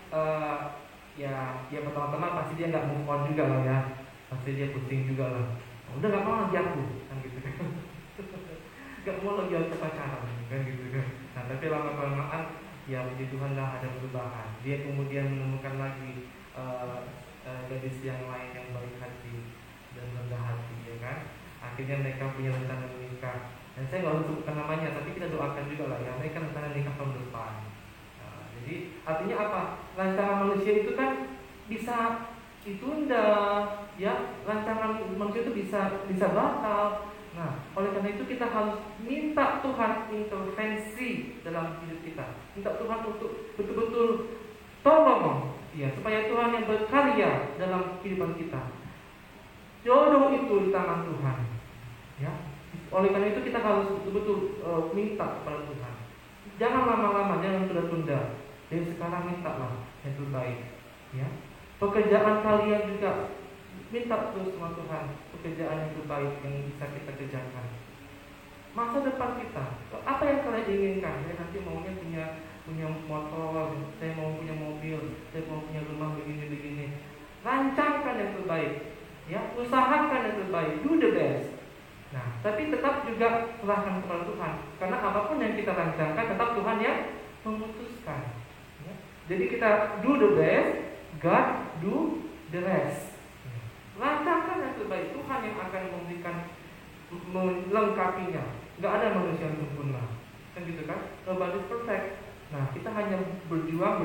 ya pertama-tama pasti dia nggak move on juga lah ya, pasti dia pusing juga lah. Udah nggak mau lagi aku kan gitu kan. Gak mau lagi aku pacaran kan gitu kan. Nah, tapi lama-kelamaan ya puji Tuhan lah ada perubahan. Dia kemudian menemukan lagi gadis yang lain yang baik hati dan rendah hati ya kan. akhirnya mereka punya rencana menikah. Dan saya nggak usah sebutkan namanya, tapi kita doakan juga lah ya, mereka rencana nikah tahun depan. Nah, jadi artinya apa? Rancangan manusia itu kan bisa ditunda, ya, rancangan manusia itu bisa batal. Nah, oleh karena itu kita harus minta Tuhan intervensi dalam hidup kita. Minta Tuhan untuk betul-betul tolong, ya, supaya Tuhan yang berkarya dalam kehidupan kita. Jodoh itu di tangan Tuhan, ya. Oleh karena itu kita harus betul-betul minta kepada Tuhan. Jangan lama-lama, jangan tunda-tunda. Dari sekarang mintalah yang terbaik, ya. Pekerjaan kalian juga minta terus sama Tuhan, pekerjaan yang terbaik yang bisa kita kerjakan. Masa depan kita, apa yang kalian inginkan? Saya nanti maunya punya motor, saya mau punya mobil, saya mau punya rumah begini. Rancangkan yang terbaik, ya, usahakan yang terbaik, do the best. Nah, tapi tetap juga serahkan kepada Tuhan, karena apapun yang kita rancangkan tetap Tuhan yang memutuskan, ya. Jadi kita do the best, God do the rest. Rancangkan yang terbaik, Tuhan yang akan memberikan, melengkapinya. Gak ada manusia yang sempurna, kan gitu kan? Nobody's perfect. Nah, kita hanya berjuang,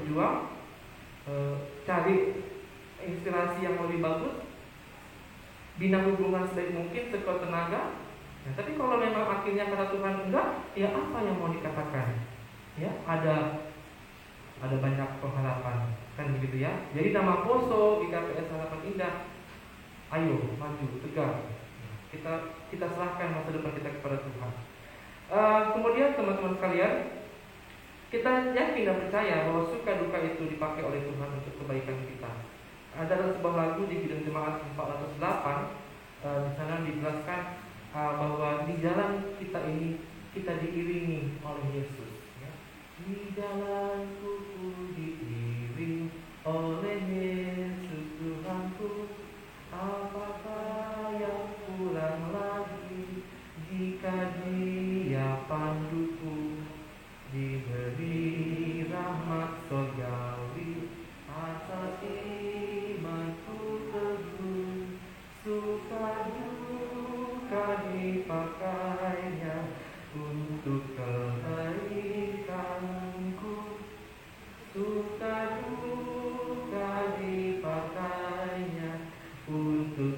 cari inspirasi yang lebih bagus, bina hubungan sebaik mungkin sekuat tenaga. Nah, tapi kalau memang akhirnya kata Tuhan enggak, ya apa yang mau dikatakan? Ya, ada banyak pengharapan, kan begitu ya. Jadi nama Poso IKPS Harapan Indah, ayo maju tegak. Kita serahkan masa depan kita kepada Tuhan. Kemudian teman-teman sekalian, kita yakin dan percaya bahwa suka duka itu dipakai oleh Tuhan untuk kebaikan kita. Ada sebuah lagu di Kidung Jemaat 408, di sana dijelaskan bahwa di jalan kita ini kita diiringi oleh Yesus, ya. Di jalanku diiring oleh Yesus Tuhanku, apakah yang kurang lagi jika Dia panduku, diberi rahmat surgawi atas imanku teguh, suka duka dipakainya untuk kebaikanku, suka duka dipakainya untuk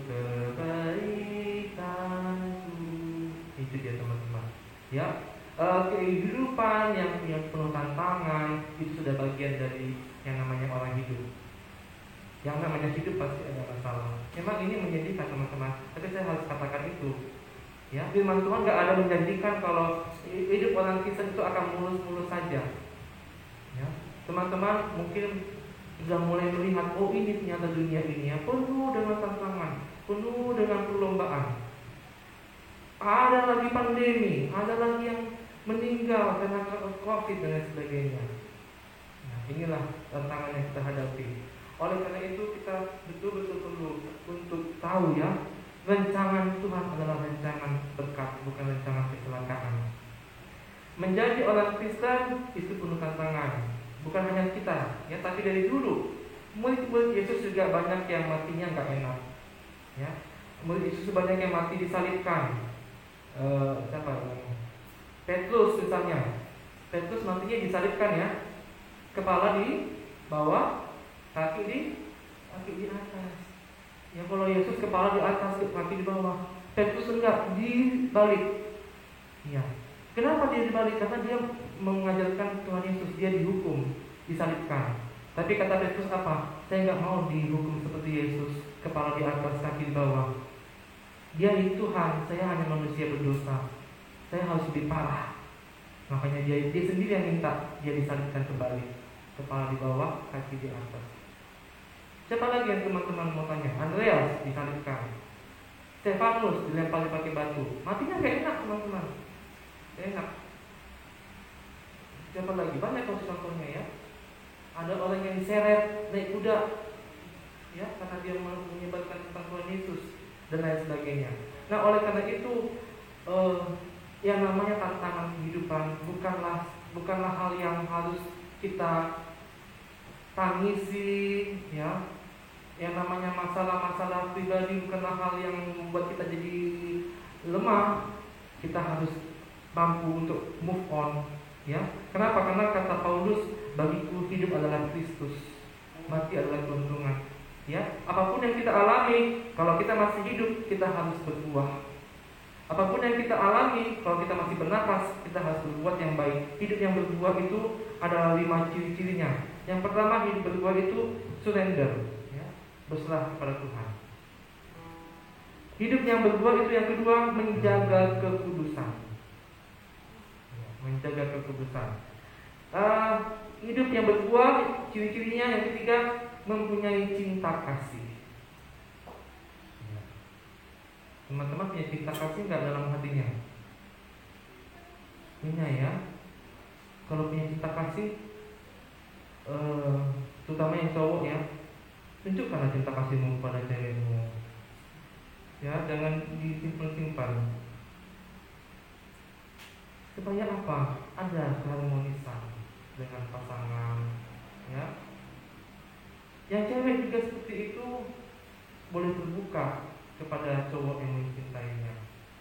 kebaikanku. Itu dia teman-teman, ya. Kehidupan yang penuh tantangan itu sudah bagian dari yang namanya orang hidup. Yang namanya hidup pasti ada masalah. Memang ini menyedihkan teman-teman, tapi saya harus katakan itu, ya. Firman Tuhan gak ada menjanjikan kalau hidup orang Kristen itu akan mulus-mulus saja, ya. Teman-teman mungkin sudah mulai melihat, oh ini ternyata dunia ini ya penuh dengan tantangan, penuh dengan perlombaan. Ada lagi pandemi, ada lagi yang meninggal karena COVID dan lain sebagainya. Nah, inilah tantangan yang kita hadapi. Oleh karena itu kita betul-betul perlu untuk tahu, ya, rancangan Tuhan adalah rancangan berkat, bukan rancangan kecelakaan. Menjadi orang Kristen itu penuh tantangan, bukan hanya kita, ya, tapi dari dulu murid-murid Yesus juga banyak yang matinya nggak enak, ya. Murid Yesus banyak yang mati disalibkan. Petrus misalnya, Petrus matinya disalibkan, ya, kepala di bawah, kaki di atas. Ya, kalau Yesus kepala di atas, kaki di bawah, Petrus enggak, dibalik. Ya, kenapa dia dibalik? Karena dia mengajarkan Tuhan Yesus, dia dihukum, disalibkan. Tapi kata Petrus apa? Saya enggak mau dihukum seperti Yesus, kepala di atas, kaki di bawah. Dia itu Tuhan, saya hanya manusia berdosa, saya harus lebih parah. Makanya dia sendiri yang minta dia disalibkan kembali, kepala di bawah, kaki di atas. Siapa lagi yang teman-teman mau tanya? Andreas disalibkan, Stefanus dilempari pakai batu, matinya gak enak teman-teman, gak enak. Siapa lagi? Banyak contohnya, ya. Ada orang yang diseret naik kuda, ya, karena dia menyebarkan tentang Tuhan Yesus dan lain sebagainya. Nah, oleh karena itu yang namanya tantangan kehidupan bukanlah hal yang harus kita tangisi, ya. Yang namanya masalah-masalah pribadi bukanlah hal yang membuat kita jadi lemah. Kita harus mampu untuk move on, ya. Kenapa? Karena kata Paulus, bagiku hidup adalah Kristus, mati adalah keuntungan. Ya, apapun yang kita alami, kalau kita masih hidup, kita harus berbuah. Apapun yang kita alami, kalau kita masih bernapas, kita harus berbuat yang baik. Hidup yang berbuah itu ada 5 ciri-cirinya. Yang pertama, hidup berbuah itu surrender, ya, berserah kepada Tuhan. Hidup yang berbuah itu yang kedua, menjaga kekudusan. Ya, menjaga kekudusan. Hidup yang berbuah, ciri-cirinya yang ketiga, mempunyai cinta kasih. Ya. Teman-teman punya cinta kasih nggak dalam hatinya? Punya ya. Kalau punya cinta kasih, terutama yang cowok ya, tunjukkanlah cinta kasihmu kepada cewekmu. Ya, jangan disimpan-simpan. Supaya apa? Ada keharmonisan dengan pasangan, ya. Yang cewek juga seperti itu, boleh terbuka kepada cowok yang mencintainya.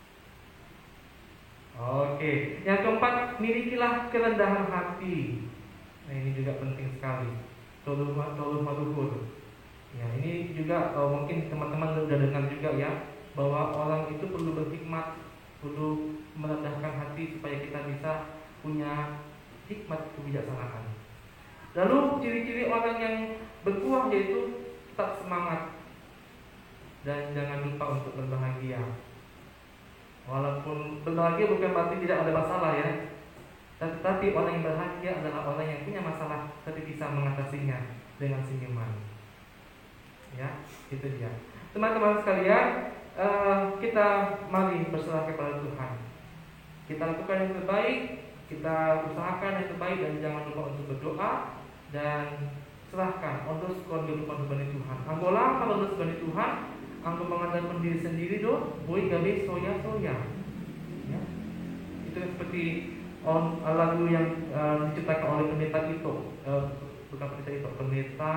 Oke, yang keempat, milikilah kerendahan hati. Nah, ini juga penting sekali. Toluh maluhur. Ya, ini juga mungkin teman-teman sudah dengar juga ya, bahwa orang itu perlu berhikmat, perlu merendahkan hati supaya kita bisa punya hikmat kebijaksanaan. Lalu ciri-ciri orang yang berbuah yaitu tetap semangat dan jangan lupa untuk berbahagia. Walaupun berbahagia bukan berarti tidak ada masalah ya, tetapi orang yang berbahagia adalah orang yang punya masalah tapi bisa mengatasinya dengan senyuman. Ya, itu dia. Teman-teman sekalian, kita mari berserah kepada Tuhan. Kita lakukan yang terbaik, kita usahakan yang terbaik dan jangan lupa untuk berdoa dan serahkan ondos kon kehidupan Tuhan. Anggola kalau ondos kon Tuhan, anggo mengandalkan diri sendiri do, boy gabe soya. Ya. Itu seperti lagu yang diciptakan oleh pendeta Tito, bukan pendeta Tito, pendeta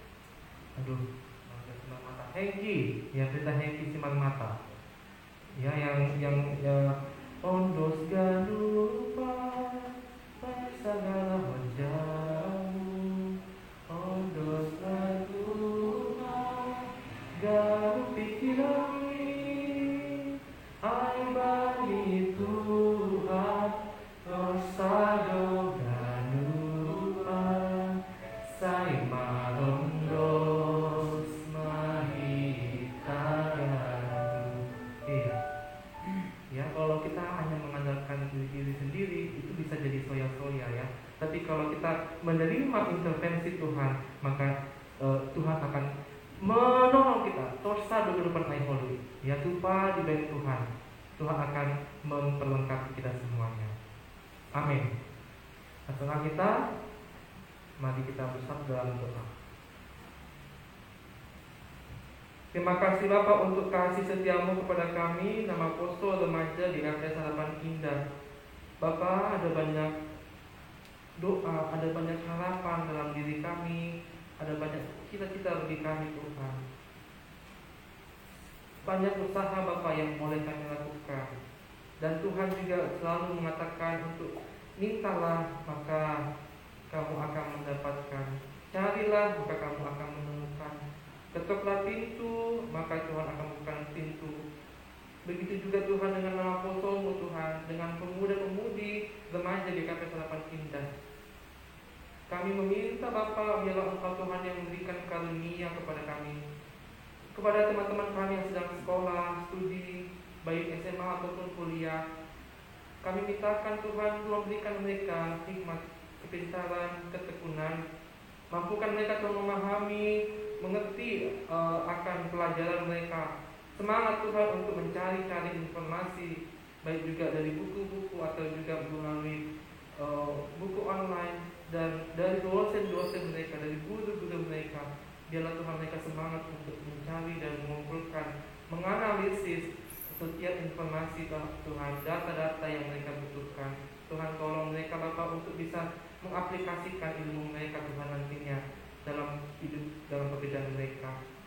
Hengki, ya pendeta Hengki Siman Mata. Ya, yang ondos galupa segala wajahmu, ondos galupa galu pikiranmu, ai bagi Tuhan rosado galupa sai marondos mahitagadu. Iya. Ya, kalau kita hanya mengandalkan diri sendiri itu bisa jadi soya-soya ya. Tapi kalau kita menerima intervensi Tuhan, maka Tuhan akan menolong kita. Torsa di depan Holy. Ya, tupa di bawah Tuhan. Tuhan akan memperlengkapi kita semuanya. Amin. Setelah kita, mari kita bersatu dalam doa. Terima kasih Bapak untuk kasih setiamu kepada kami, nama Poso Remaja di RT Harapan Indah. Bapak, ada banyak doa, ada banyak harapan dalam diri kami, ada banyak cita-cita bagi kami Tuhan. Banyak usaha Bapak yang boleh kami lakukan. Dan Tuhan juga selalu mengatakan untuk mintalah maka kamu akan mendapatkan, carilah maka kamu akan menemukan. Ketoklah pintu, maka Tuhan akan buka pintu. Begitu juga Tuhan dengan nama Poso-Mu Tuhan, dengan pemuda-pemudi remaja di KP Harapan Indah. Kami meminta Bapa, biarlah Engkau Tuhan yang memberikan karunia kepada kami, kepada teman-teman kami yang sedang sekolah, studi, baik SMA ataupun kuliah. Kami mintakan Tuhan memberikan mereka hikmat, kepintaran, ketekunan. Mampukan mereka untuk memahami, mengerti akan pelajaran mereka. Semangat Tuhan untuk mencari-cari informasi, baik juga dari buku-buku atau juga melalui buku online dan dari dosen-dosen mereka, dari guru-guru mereka. Biarlah Tuhan mereka semangat untuk mencari dan mengumpulkan, menganalisis setiap informasi Tuhan, data-data yang mereka butuhkan. Tuhan tolong mereka Bapak untuk bisa mengaplikasikan ilmu mereka Tuhan nantinya dalam hidup, dalam pekerjaan mereka.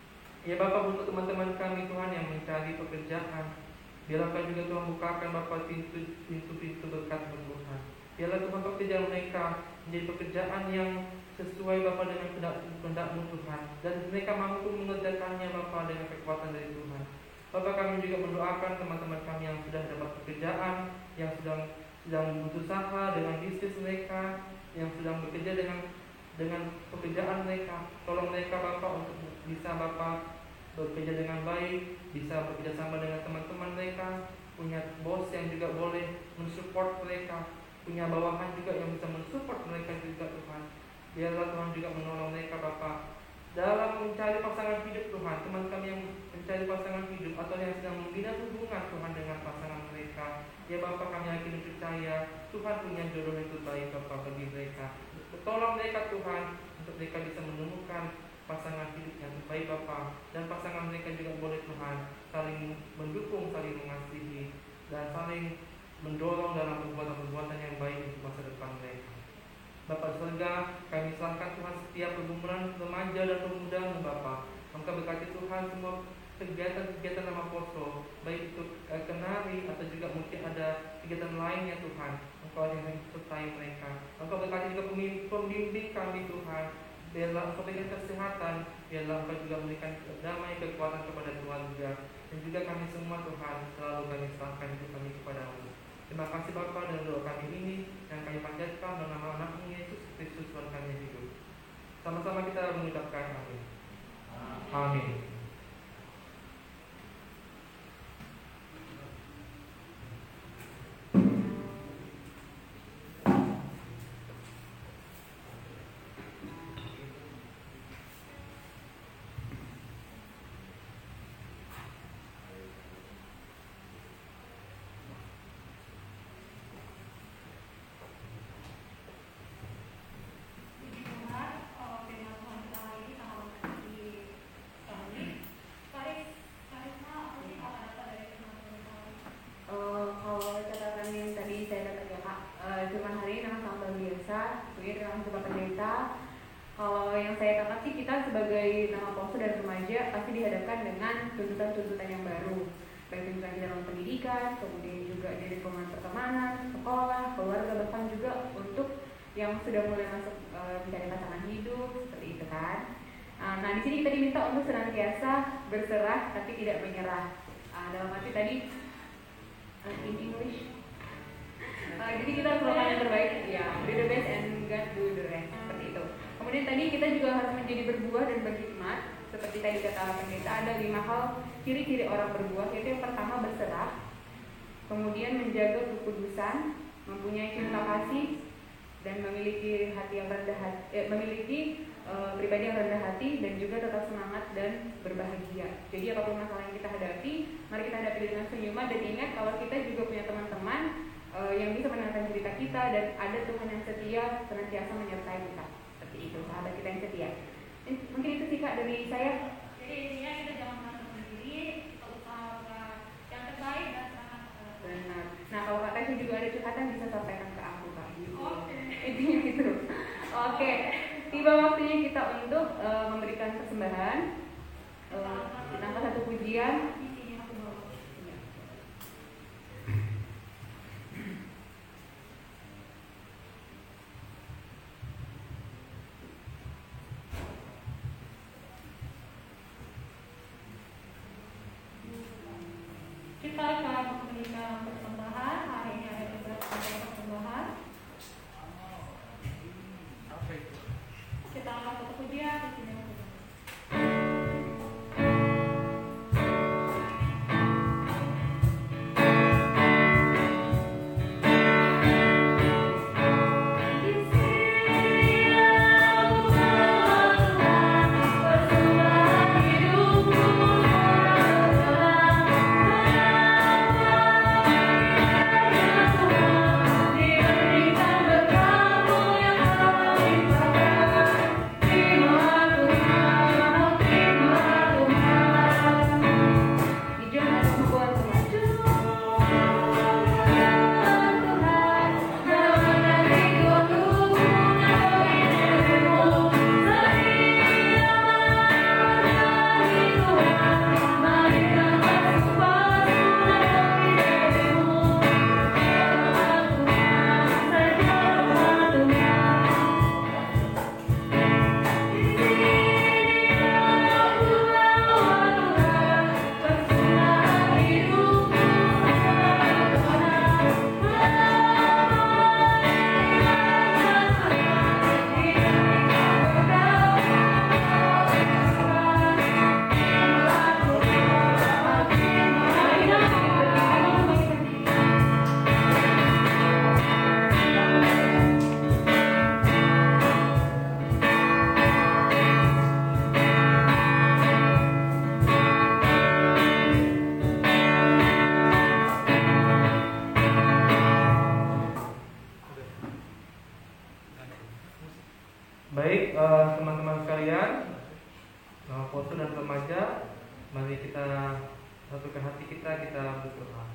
Ya Bapak, untuk teman-teman kami Tuhan yang mencari pekerjaan, biarlah Kau juga Tuhan bukakan Bapak pintu-pintu berkat Tuhan. Biarlah Tuhan pekerjaan mereka menjadi pekerjaan yang sesuai Bapak dengan kehendak-Mu Tuhan, dan mereka mampu mengerjakannya Bapak dengan kekuatan dari Tuhan. Bapak, kami juga mendoakan teman-teman kami yang sudah dapat pekerjaan, yang sedang berusaha dengan bisnis mereka, yang sedang bekerja dengan pekerjaan mereka. Tolong mereka Bapak untuk bisa Bapak bekerja dengan baik, bisa bekerja sama dengan teman-teman mereka, punya bos yang juga boleh mensupport mereka, punya bawahan juga yang bisa mensupport mereka juga Tuhan. Biarlah Tuhan juga menolong mereka Bapak dalam mencari pasangan hidup Tuhan. Teman kami yang mencari pasangan hidup atau yang sedang membina hubungan Tuhan dengan pasangan mereka, ya Bapak, kami yakin percaya Tuhan punya jodoh yang terbaik Bapak bagi mereka. Tolong mereka Tuhan untuk mereka bisa menemukan pasangan hidup yang terbaik Bapak, dan pasangan mereka juga boleh Tuhan saling mendukung, saling mengasihi, dan saling mendorong dalam perbuatan-perbuatan yang baik untuk masa depan mereka. Bapak surga, kami serahkan Tuhan setiap pergumulan remaja dan pemuda-Mu Bapak. Maka berkati Tuhan semua kegiatan-kegiatan nama Poso, baik itu kenari atau juga mungkin ada kegiatan lainnya Tuhan. Engkau yang sertai mereka. Engkau berkati juga pembimbing kami Tuhan. Biarlah Engkau berikan kesehatan, biarlah Engkau juga memberikan damai, kekuatan kepada keluarga, dan juga kami semua Tuhan, selalu kami serahkan hidup kami kepada-Mu. Terima kasih Bapa, dan doa kami ini yang kami panjatkan dalam nama anak-Mu Yesus Kristus Tuhan kami yang hidup. Sama-sama kita mengucapkan amin. Amin. Kalau catatan yang tadi saya dapat ya Kak, firman hari ini memang sangat luar biasa. Terima kasih Pak Pendeta. Kalau yang saya tangkap sih, kita sebagai nama Poso dan remaja pasti dihadapkan dengan tuntutan-tuntutan yang baru, baik tuntutan kita dalam pendidikan, kemudian juga dari lingkungan pertemanan, sekolah, keluarga, bahkan juga untuk yang sudah mulai masuk mencari pasangan hidup, seperti itu kan. Nah di sini kita diminta untuk senantiasa berserah tapi tidak menyerah. Dalam arti tadi in English. Jadi kita harus melakukan yang terbaik, ya, do the best and God do the rest, seperti itu. Kemudian tadi kita juga harus menjadi berbuah dan berhikmat, seperti tadi kata pendeta, ada 5 hal ciri-ciri orang berbuah, yaitu yang pertama berserah, kemudian menjaga kekudusan, mempunyai cinta kasih, dan memiliki hati yang rendah hati, pribadi yang rendah hati, dan juga tetap semangat dan berbahagia. Jadi apapun masalah yang kita hadapi, mari kita hadapi dengan senyuman, dan ingat kalau kita juga punya teman-teman yang bisa mendengarkan cerita kita, dan ada Tuhan yang setia senantiasa menyertai kita. Seperti itu, sahabat kita yang setia. Mungkin itu sih Kak dari saya. Jadi intinya kita jangan merasa sendiri, kita usahakan yang terbaik dan serahkan kepada Tuhan. Benar. Nah kalau Kak Tasya juga ada curhatan bisa sampaikan ke aku Kak. Oke. Intinya gitu. Oke. Tiba waktunya kita untuk memberikan persembahan. Ditambah satu pujian. Di sini aku bawa. Kita akan memberikan persembahan. Hari ini ada beberapa persembahan. Kita akan satu pujian di sini. Hidupku Apostel dan remaja, mari kita satukan hati kita berdoa.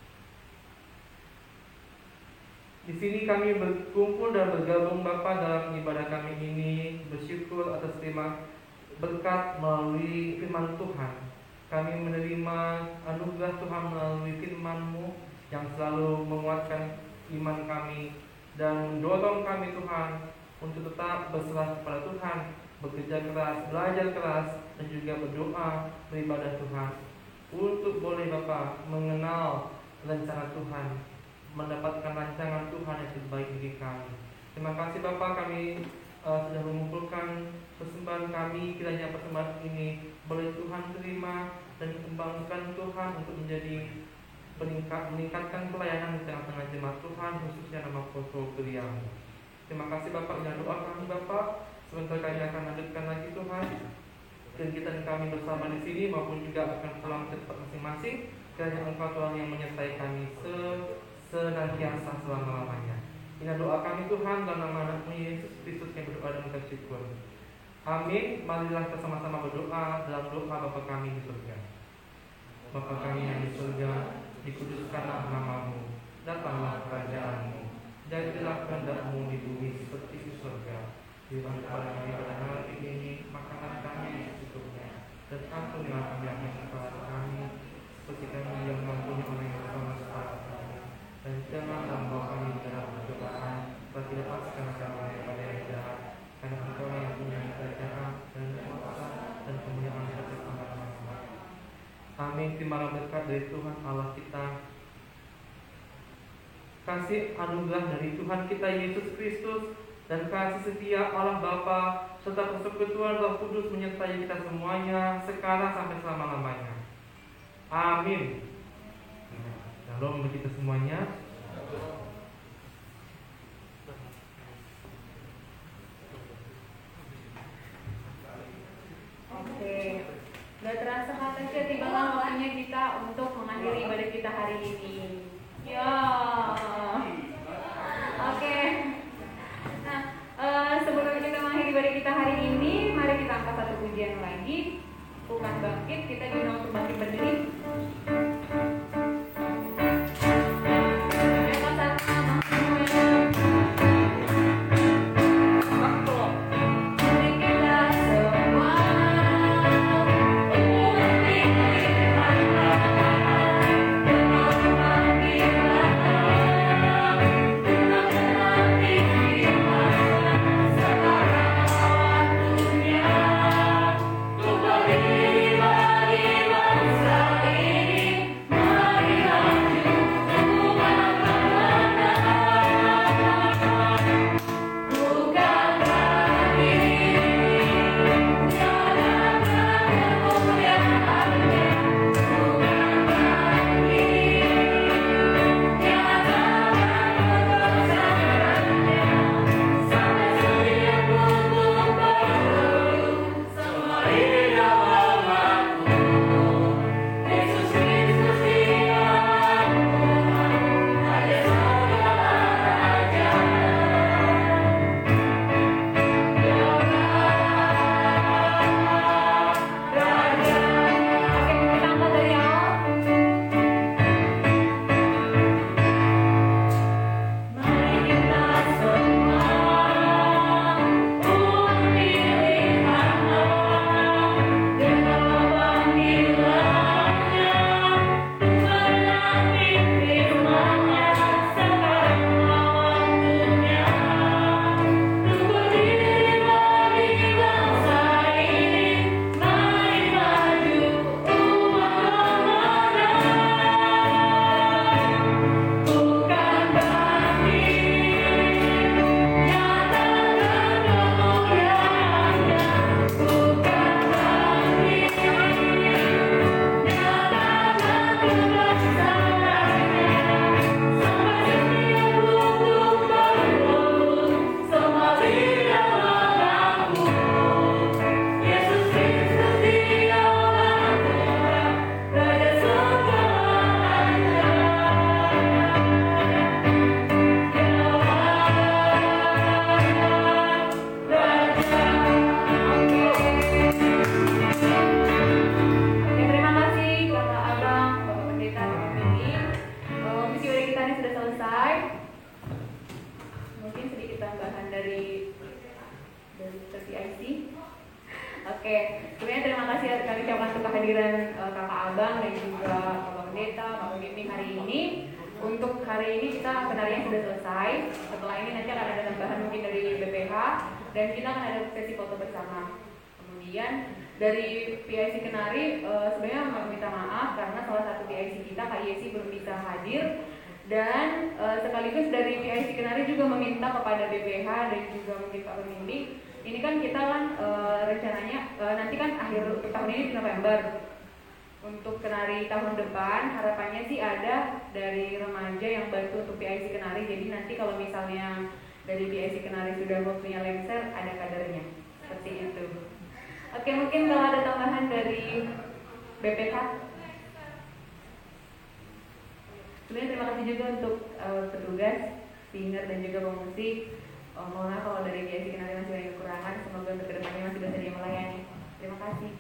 Di sini kami berkumpul dan bergabung Bapa dalam ibadah kami ini, bersyukur atas terima berkat melalui firman Tuhan. Kami menerima anugerah Tuhan melalui firman-Mu yang selalu menguatkan iman kami dan mendorong kami Tuhan untuk tetap berserah kepada Tuhan, bekerja keras, belajar keras, dan juga berdoa, beribadah Tuhan, untuk boleh Bapa mengenal rencana Tuhan, mendapatkan rancangan Tuhan yang terbaik bagi kami. Terima kasih Bapa, kami sudah mengumpulkan persembahan kami, kiranya persembahan ini boleh Tuhan terima dan kembangkan Tuhan untuk menjadi meningkatkan pelayanan di tengah-tengah jemaat Tuhan, khususnya nama Poso Priamu. Terima kasih Bapak, dan doa kami Bapak. Sebentar kami akan lanjutkan lagi Tuhan kegiatan kami bersama di sini maupun juga akan pulang ke tempat masing-masing. Kiranya Engkau Tuhan yang menyertai kami senantiasa selama-lamanya. Ini doa kami Tuhan dalam nama Anak-Mu Yesus Kristus yang berdoa dan mengucap syukur. Amin. Marilah kita sama-sama berdoa dalam doa Bapa kami di surga. Bapa kami yang di surga, dikuduskanlah nama-Mu, datanglah kerajaan-Mu, jadilah kehendak-Mu di bumi seperti di surga. Berilah kepada kami pada hari ini makanan kami yang secukupnya, dan ampunilah kami akan kesalahan kami, seperti kami yang mengampuni orang yang bersalah kepada kami. Dan janganlah membawa kami ke dalam pencobaan, tetapi lepaskan kami daripada yang jahat, karena Engkau yang punya kerajaan dan kuasa dan kemuliaan sampai selama-lamanya. Amin. Terimalah berkat dari Tuhan Allah kita, kasih anugerah dari Tuhan kita Yesus Kristus, dan kasih setia Allah Bapa serta persekutuan Roh Kudus menyertai kita semuanya sekarang sampai selama-lamanya. Amin. Shalom bagi kita semuanya. Oke, udah terasa kata tibalah waktunya kita untuk mengakhiri ibadah kita hari ini. Ya, oke. Nah, sebelum kita mengakhiri ibadah kita hari ini, mari kita angkat satu pujian lagi. Bukan bangkit, kita diundang untuk bangkit berdiri. Bagi bangsa kami ucapkan untuk kehadiran kakak abang dan juga bapak pendeta, bapak pembimbing hari ini. Untuk hari ini kita penarian sudah selesai. Setelah ini nanti akan ada tambahan mungkin dari BPH dan kita akan ada sesi foto bersama. Kemudian dari PIC Kenari sebenarnya meminta maaf karena salah satu PIC kita Kak Yesi belum bisa hadir. Dan sekaligus dari PIC Kenari juga meminta kepada BPH dan juga mungkin Pak Pembimbing, ini kan kita kan rencananya nanti kan akhir untuk tahun ini di November. Untuk Kenari tahun depan harapannya sih ada dari remaja yang bantu untuk PIC Kenari. Jadi nanti kalau misalnya dari PIC Kenari sudah waktunya lengser, ada kadernya seperti itu. Oke, mungkin kalau ada tambahan dari BPH. Sebenarnya terima kasih juga untuk petugas, singer dan juga pengungsi. Mohon maaf kalau dari PIC Kenari masih banyak kekurangan. Semoga untuk kedepannya masih bisa dia melayani. Terima kasih.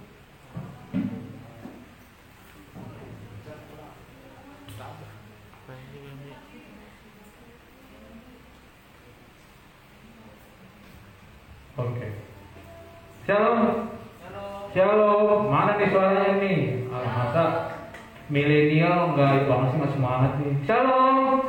Oke. Shalom. Shalom. Mana nih suaranya nih? Masa milenial nggak banget sih, masih semangat nih. Shalom.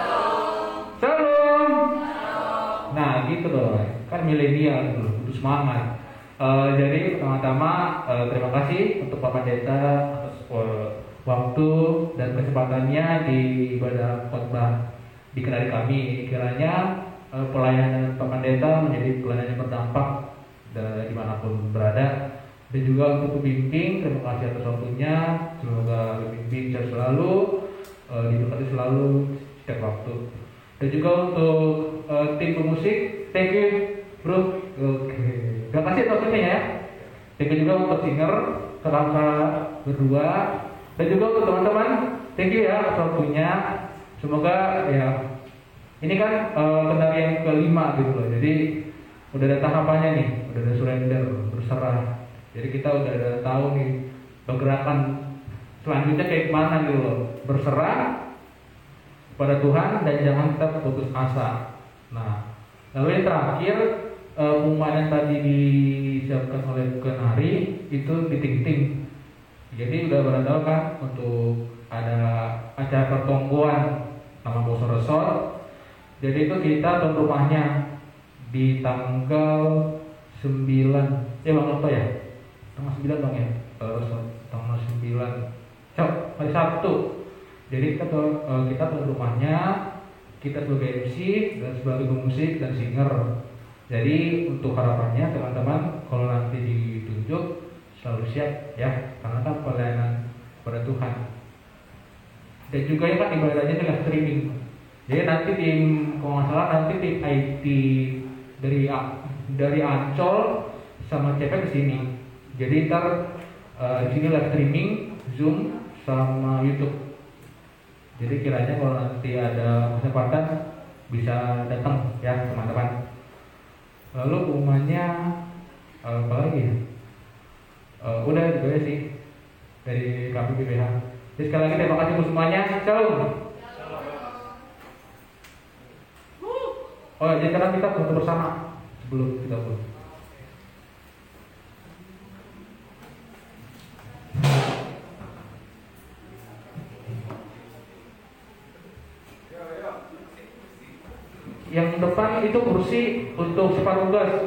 Shalom. Nah gitu dong. Kan milenial gitu, kudu semangat. Jadi pertama-tama terima kasih untuk Pak Pendeta atas waktu dan kesempatannya di ibadah khotbah di Kenari kami. Kiranya pelayanan Pak Pendeta menjadi pelayanan yang berdampak dimanapun berada. Dan juga untuk pembimbing, terima kasih atas waktunya. Semoga pembimbing sehat selalu, diberkati selalu setiap waktu. Dan juga untuk tim pemusik, thank you bro. Oke, terima kasih atas waktunya ya. Thank you juga untuk singer, kakak berdua. Dan juga untuk teman-teman, thank you ya atas waktunya. Semoga ya ini kan Kenari yang kelima gitu loh. Jadi udah ada tahapannya nih, udah ada surrender, berserah. Jadi kita udah ada tahu nih pergerakan selanjutnya kayak mana gitu loh. Berserah pada Tuhan dan jangan tetap putus asa. Nah, lalu yang terakhir pengumuman yang tadi disiapkan oleh Kenari itu di Ting-Ting. Jadi udah berada kan untuk ada acara pertongguan nama Boso Resort. Jadi itu kita tuan rumahnya di tanggal 9 bang apa ya? Tanggal 9 bang ya? Tanggal 9 hari Sabtu. Jadi kita tuan rumahnya, kita sebagai MC dan sebagai pemusik dan singer. Jadi untuk harapannya teman-teman kalau nanti ditunjuk selalu siap ya, karena kan pelayanan pada Tuhan. Dan juga ya kan ibadahnya dengan streaming. Jadi nanti tim, kalau nggak salah nanti tim IT dari Ancol sama CP ke sini. Jadi ntar di sini live streaming, Zoom sama YouTube. Jadi kiranya kalau nanti ada kesempatan bisa datang ya teman-teman. Lalu pengumumannya apa lagi ya? Udah gitu ya sih dari KPBPH. Jadi sekali lagi terima kasih untuk semuanya. Shalom. Oh, jadi sekarang kita foto bersama sebelum kita pulang. Yang depan itu kursi untuk Siparugas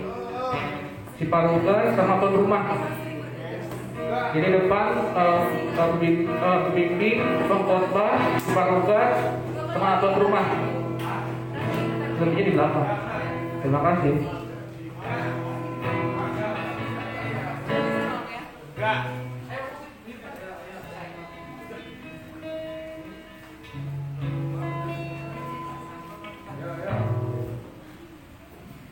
sama tuan rumah. Jadi depan pembimbing, pengkhotbah, Siparugas sama tuan rumah. Lebihnya di belakang. Terima kasih. Enggak.